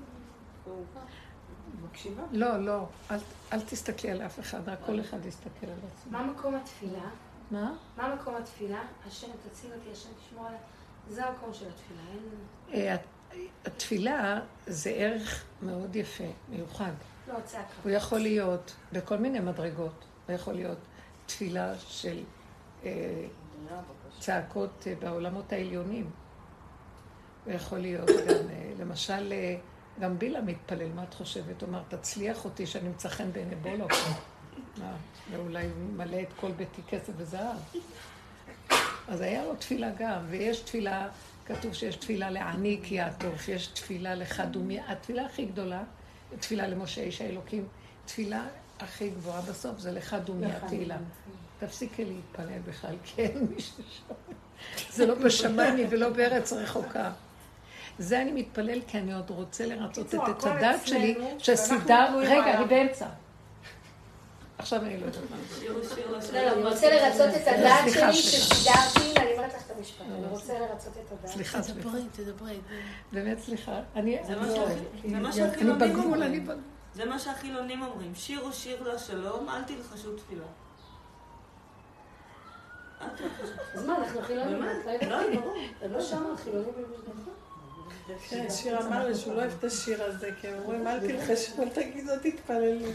Speaker 8: מקשיבה?
Speaker 2: לא, לא. אל תסתכלי על אף אחד, רק כל אחד יסתכל על עצמי.
Speaker 5: מה מקום התפילה?
Speaker 2: מה?
Speaker 5: מה מקום התפילה? השם תציל אותי, השם תשמור עליי. זה המקום של התפילה.
Speaker 2: התפילה זה ערך מאוד יפה, מיוחד.
Speaker 5: לא, צעקה.
Speaker 2: הוא יכול להיות בכל מיני מדרגות. הוא יכול להיות תפילה של צעקות בעולמות העליונים. הוא יכול להיות גם, למשל, גם בילה מתפלל, מה את חושבת? הוא אומר, תצליח אותי שאני מצא חן בעיני בולוק. ואולי מלא את כל ביתי כסף וזהב. אז היה לו תפילה גם, ויש תפילה, כתוב שיש תפילה לעני כי יעטוף, יש תפילה לחדומי, התפילה הכי גדולה, תפילה למשה איש האלוקים, תפילה הכי גבוהה בסוף, זה לחדומי התהילה. תפסיקי להתפלל בכלל, כי אין מישהו שם. זה לא בשמיים ולא בארץ רחוקה. זה אני מתפלל כי אני עוד רוצה לרצות את עץ הדת שלי, שסידר... רגע, אני באמצע. עכשיו אני לא יודעת מה.
Speaker 5: לא, אני רוצה לרצות את הדת שלי שסידרתי, אני אומרת לך את המשפט, אני רוצה לרצות את הדת.
Speaker 2: סליחה, סליחה.
Speaker 6: תדברי, תדברי.
Speaker 2: באמת, סליחה. אני
Speaker 3: בגבול,
Speaker 2: אני בגבול.
Speaker 3: זה מה שהחילונים אומרים, שירו שיר לשלום, אל תלחשו תפילה.
Speaker 5: אז מה, אנחנו חילונים? זה לא שם החילונים במשפחה?
Speaker 6: כן, שיר אמר לי שהוא לא אוהב את השיר הזה, כי הם אומרים, אל תלחשו, אל תגידו, תתפללי.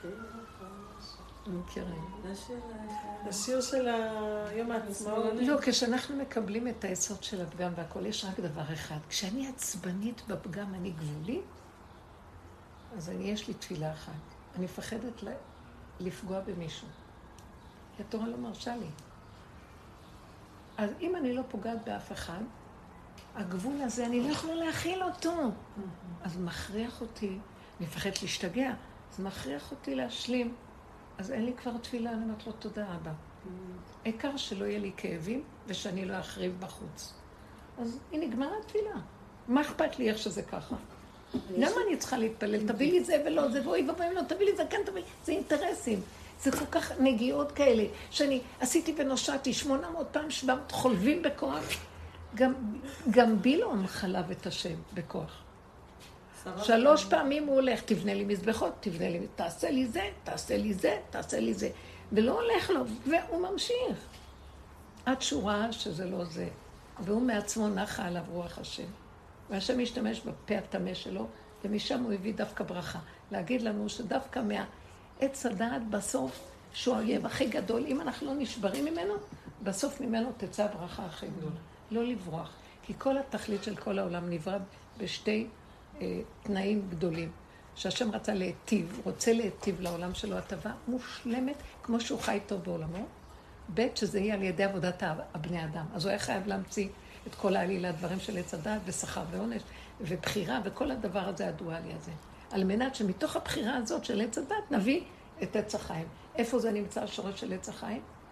Speaker 6: השיר של יום העצמאות.
Speaker 2: לא, כשאנחנו מקבלים את היסוד של הפגם והכל, יש רק דבר אחד. כשאני עצבנית בפגם, אני גבולי, אז יש לי תפילה אחת. אני מפחדת לפגוע במישהו. כי התורה לא מרשה לי. אז אם אני לא פוגעת באף אחד, הגבול הזה, אני לא יכולה להכיל אותו. אז מכריח אותי, אני מפחדת להשתגע, אז מכריח אותי להשלים. אז אין לי כבר תפילה, אני אומרת לו, תודה אבא. העיקר שלא יהיה לי כאבים ושאני לא אחריב בחוץ. אז היא נגמרה תפילה. מה אכפת לי איך שזה ככה? למה אני צריכה להתפלל? תביא לי זה ולא, זה ואוי ובאים לא, תביא לי זה, כן תביא לי. זה אינטרסים. זה כל כך נגיעות כאלה, שאני עשיתי ונושעתי שמונה מאות פעם, שבע מאות חולבים בכוח. גם, גם בילום חלב את השם בכוח. שלוש פעמים הוא הולך, תבנה לי מזבחות, תבנה לי, תעשה לי זה, תעשה לי זה, תעשה לי זה. ולא הולך לו, והוא ממשיך. עד שהוא ראה שזה לא זה. והוא מעצמו נחה עליו רוח השם. והשם משתמש בפה הטמא שלו, ומשם הוא הביא דווקא ברכה. להגיד לנו שדווקא מהעץ הדעת בסוף, שהוא האויב הכי גדול, אם אנחנו לא נשברים ממנו, בסוף ממנו תצא הברכה הכי גדולה. לא לברוח. כי כל התכלית של כל העולם נברא בשתי אה, תנאים גדולים. שהשם רצה להיטיב, רוצה להיטיב לעולם שלו הטבה מושלמת, כמו שהוא חי טוב בעולמו. ב' שזה יהיה על ידי עבודת הבני אדם. אז הוא היה חייב להמציא את כל העלילה, הדברים של עץ הדעת ושכר ועונש ובחירה וכל הדבר הזה הדואלי הזה. על מנת שמתוך הבחירה הזאת של עץ הדעת נביא את עץ החיים. איפה זה נמצא השורש של עץ החיים?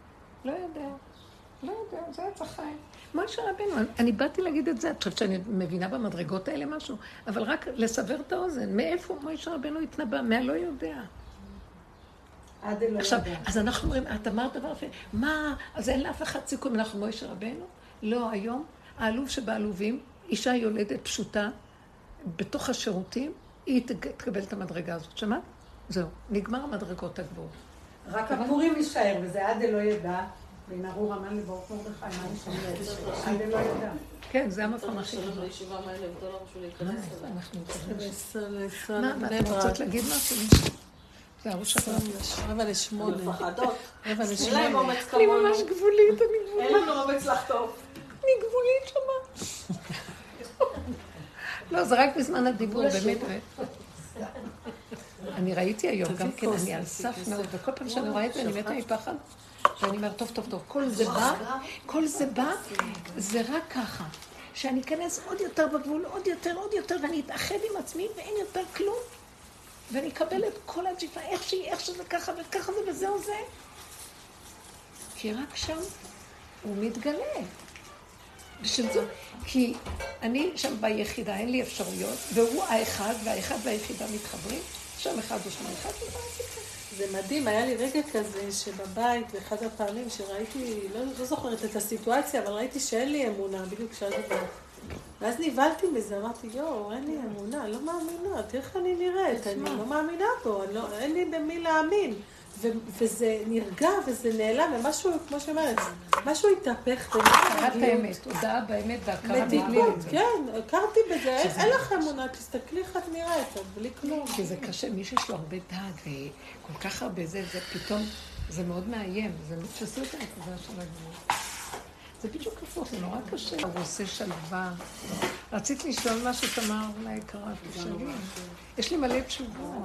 Speaker 2: לא יודע. לא יודע, זה עץ החיים. משה רבנו, אני באתי להגיד את זה, את חושבת שאני מבינה במדרגות האלה משהו, אבל רק לסבר את האוזן, מאיפה משה רבנו התנבא? מה לא יודע?
Speaker 8: עד אלוהים.
Speaker 2: עכשיו, אז אנחנו אומרים, את אמרת דבר יפה, מה, אז אין לאף אחד סיכוי, אנחנו משה רבנו? לא, היום, העלוב שבעלובים, אישה יולדת פשוטה, בתוך השירותים, היא תקבל את המדרגה הזאת. שמעת? זהו, נגמר המדרגות הגבוהות.
Speaker 8: רק הפורים יישאר, וזה עד אלוה ידע, וינערו רמן לברוך מרדכי, מה נשאר? עד אלוה ידע.
Speaker 2: כן, זה המקום הכי
Speaker 6: גדול. צריך לישיבה מאה אלף דולר בשביל להיכנס אליי.
Speaker 2: אנחנו
Speaker 6: נכנס.
Speaker 2: מה, מה, אתם רוצות להגיד משהו? זה הראש הבא.
Speaker 6: רבע לשמונה.
Speaker 7: מפחדות.
Speaker 6: רבע
Speaker 7: אין להם
Speaker 6: לשמונה.
Speaker 7: אומץ
Speaker 2: אני
Speaker 7: כמונו.
Speaker 2: ממש גבולית, אני גבולית.
Speaker 7: אין לנו אומץ לחטוף.
Speaker 2: אני גבולית שמה. לא, זה רק בזמן הדיבור, באמת. אני ראיתי היום, גם כן, אני על סף מאוד, וכל פעם שאני רואה את זה, אני מתה מפחד, ואני אומרת, טוב, טוב, טוב, כל זה בא, כל זה בא, זה רק ככה, שאני אכנס עוד יותר בגבול, עוד יותר, עוד יותר, ואני אתאחד עם עצמי, ואין יותר כלום, ואני אקבל את כל הג'יפה, איך שהיא, איך שזה ככה, וככה זה, וזהו זה. כי רק שם הוא מתגלה. בשביל זאת, כי אני שם ביחידה, אין לי אפשרויות, והוא האחד, והאחד והיחידה מתחברים, שם אחד או שם אחד,
Speaker 6: זה מדהים, היה לי רגע כזה שבבית, באחד הפעמים שראיתי, לא, לא זוכרת את הסיטואציה, אבל ראיתי שאין לי אמונה, בדיוק כשאני בבית. ואז נבלתי מזה, אמרתי, יואו, אין לי אמונה, לא מאמינה, תראה איך אני נראית, אני לא מאמינה בו, לא, אין לי במי להאמין. ו- וזה נרגע וזה נעלם, ומשהו, כמו שאומרת, משהו התהפך.
Speaker 2: הכרת האמת, הודעה באמת והכרה
Speaker 6: מתיקות, כן, הכרתי בזה, אין לך אמונה, תסתכלי איך את נראית, בלי כלום.
Speaker 2: כי זה קשה, מי שיש לו הרבה דעת וכל כך הרבה זה, זה פתאום, זה מאוד מאיים, זה מתפסו את הנקודה של הגבול. זה בדיוק הפוך, זה נורא קשה. הוא עושה שלווה. רצית לשאול משהו, תמר, אולי קרה, תשאלי. יש לי מלא תשובות.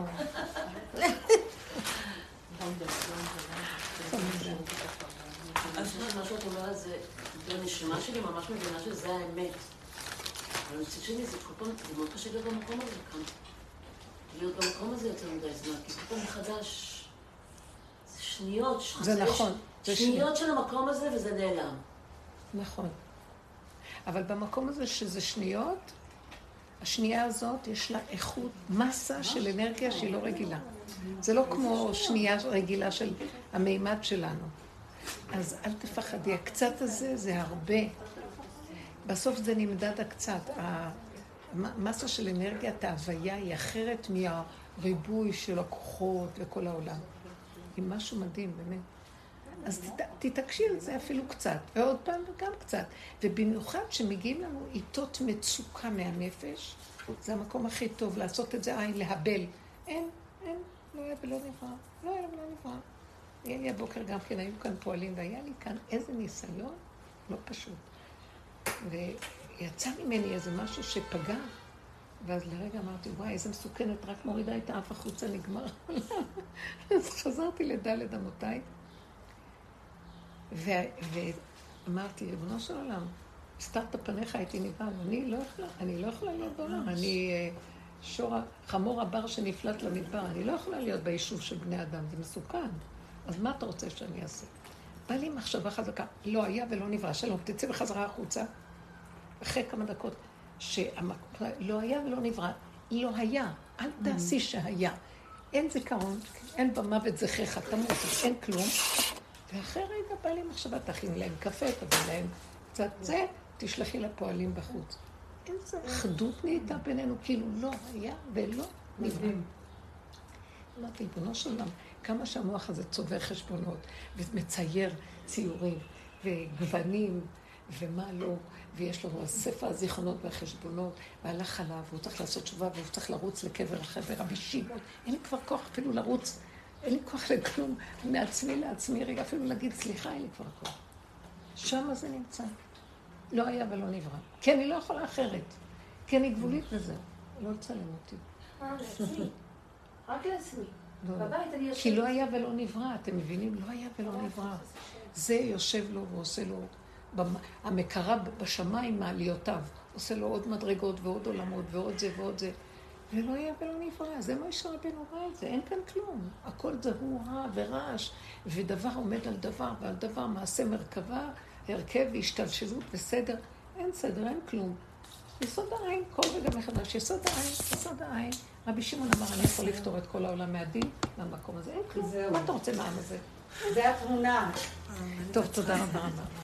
Speaker 9: אז מה שאת אומרת זה, בנשמה שלי ממש מבינה שזה האמת. אבל מצד שני זה כל פעם, זה מאוד קשה להיות במקום הזה כאן. להיות במקום הזה יותר מדי זמן, כי כל פעם מחדש, זה שניות.
Speaker 2: זה נכון.
Speaker 9: שניות של המקום הזה וזה נעלם.
Speaker 2: נכון. אבל במקום הזה שזה שניות, השנייה הזאת יש לה איכות, מסה של אנרגיה שהיא לא רגילה. זה לא כמו שנייה רגילה של המימד שלנו. אז אל תפחדי, הקצת הזה זה הרבה. בסוף זה נמדד הקצת. המסה של אנרגיית ההוויה היא אחרת מהריבוי של הכוחות וכל העולם. היא משהו מדהים, באמת. אז תת, תתעקשי על זה אפילו קצת, ועוד פעם וגם קצת. ובמיוחד שמגיעים לנו עיתות מצוקה מהנפש, זה המקום הכי טוב לעשות את זה, עין, להבל. אין, אין, לא היה ולא נברא, לא היה ולא נברא. היה לי הבוקר גם כן, היו כאן פועלים, והיה לי כאן איזה ניסיון, לא פשוט. ויצא ממני איזה משהו שפגע, ואז לרגע אמרתי, וואי, איזה מסוכנת, רק מורידה את האף החוצה, נגמר. אז חזרתי לדלת אמותיי, ואמרתי, ריבונו של עולם, הסתרת פניך, הייתי נבהל, אני לא יכולה, אני לא יכולה להיות בעולם, אני שור, חמור הבר שנפלט למדבר, אני לא יכולה להיות ביישוב של בני אדם, זה מסוכן. אז מה אתה רוצה שאני אעשה? בא לי מחשבה חזקה, לא היה ולא נברא, שלום, תצא בחזרה החוצה, אחרי כמה דקות, שלא היה ולא נברא, לא היה, אל תעשי שהיה. אין זיכרון, אין במוות זכרך, תמות, אין כלום. ואחרי רגע בא לי מחשבה, תכין להם קפה, תביא להם קצת זה, תשלחי לפועלים בחוץ. איזה אחדות נהייתה בינינו, כאילו לא היה ולא נברא. אמרתי, ריבונו של עולם, כמה שהמוח הזה צובר חשבונות, ומצייר ציורים, וגוונים, ומה לא, ויש לנו הספר הזיכרונות והחשבונות, והלך עליו, והוא צריך לעשות תשובה, והוא צריך לרוץ לקבר החבר רבי שמעון. אין לי כבר כוח אפילו לרוץ, אין לי כוח לכלום, מעצמי לעצמי, רגע אפילו להגיד, סליחה, אין לי כבר כוח. שם זה נמצא. לא היה ולא נברא. כי אני לא יכולה אחרת. כי אני גבולית בזה. לא לצלם אותי.
Speaker 5: אה, לעצמי. רק לעצמי. בבית אני יושב...
Speaker 2: כי לא היה ולא נברא, אתם מבינים? לא היה ולא נברא. זה יושב לו ועושה לו, המקרה בשמיים מעליותיו, עושה לו עוד מדרגות ועוד עולמות ועוד זה ועוד זה. ולא יהיה ולא נברא. זה מה שרבנו ראה את זה, אין כאן כלום. הכל זה הוא רע ורעש, ודבר עומד על דבר, ועל דבר מעשה מרכבה, הרכב והשתלשלות וסדר. אין סדר, אין כלום. יסוד העין, כל רגע מחדש, יסוד העין, יסוד העין. רבי שמעון אמר, אני יכול לפתור את כל העולם מהדין, מהמקום הזה, אין כלום. מה אתה רוצה מהעם הזה?
Speaker 8: זה התמונה.
Speaker 2: טוב, תודה רבה רבה.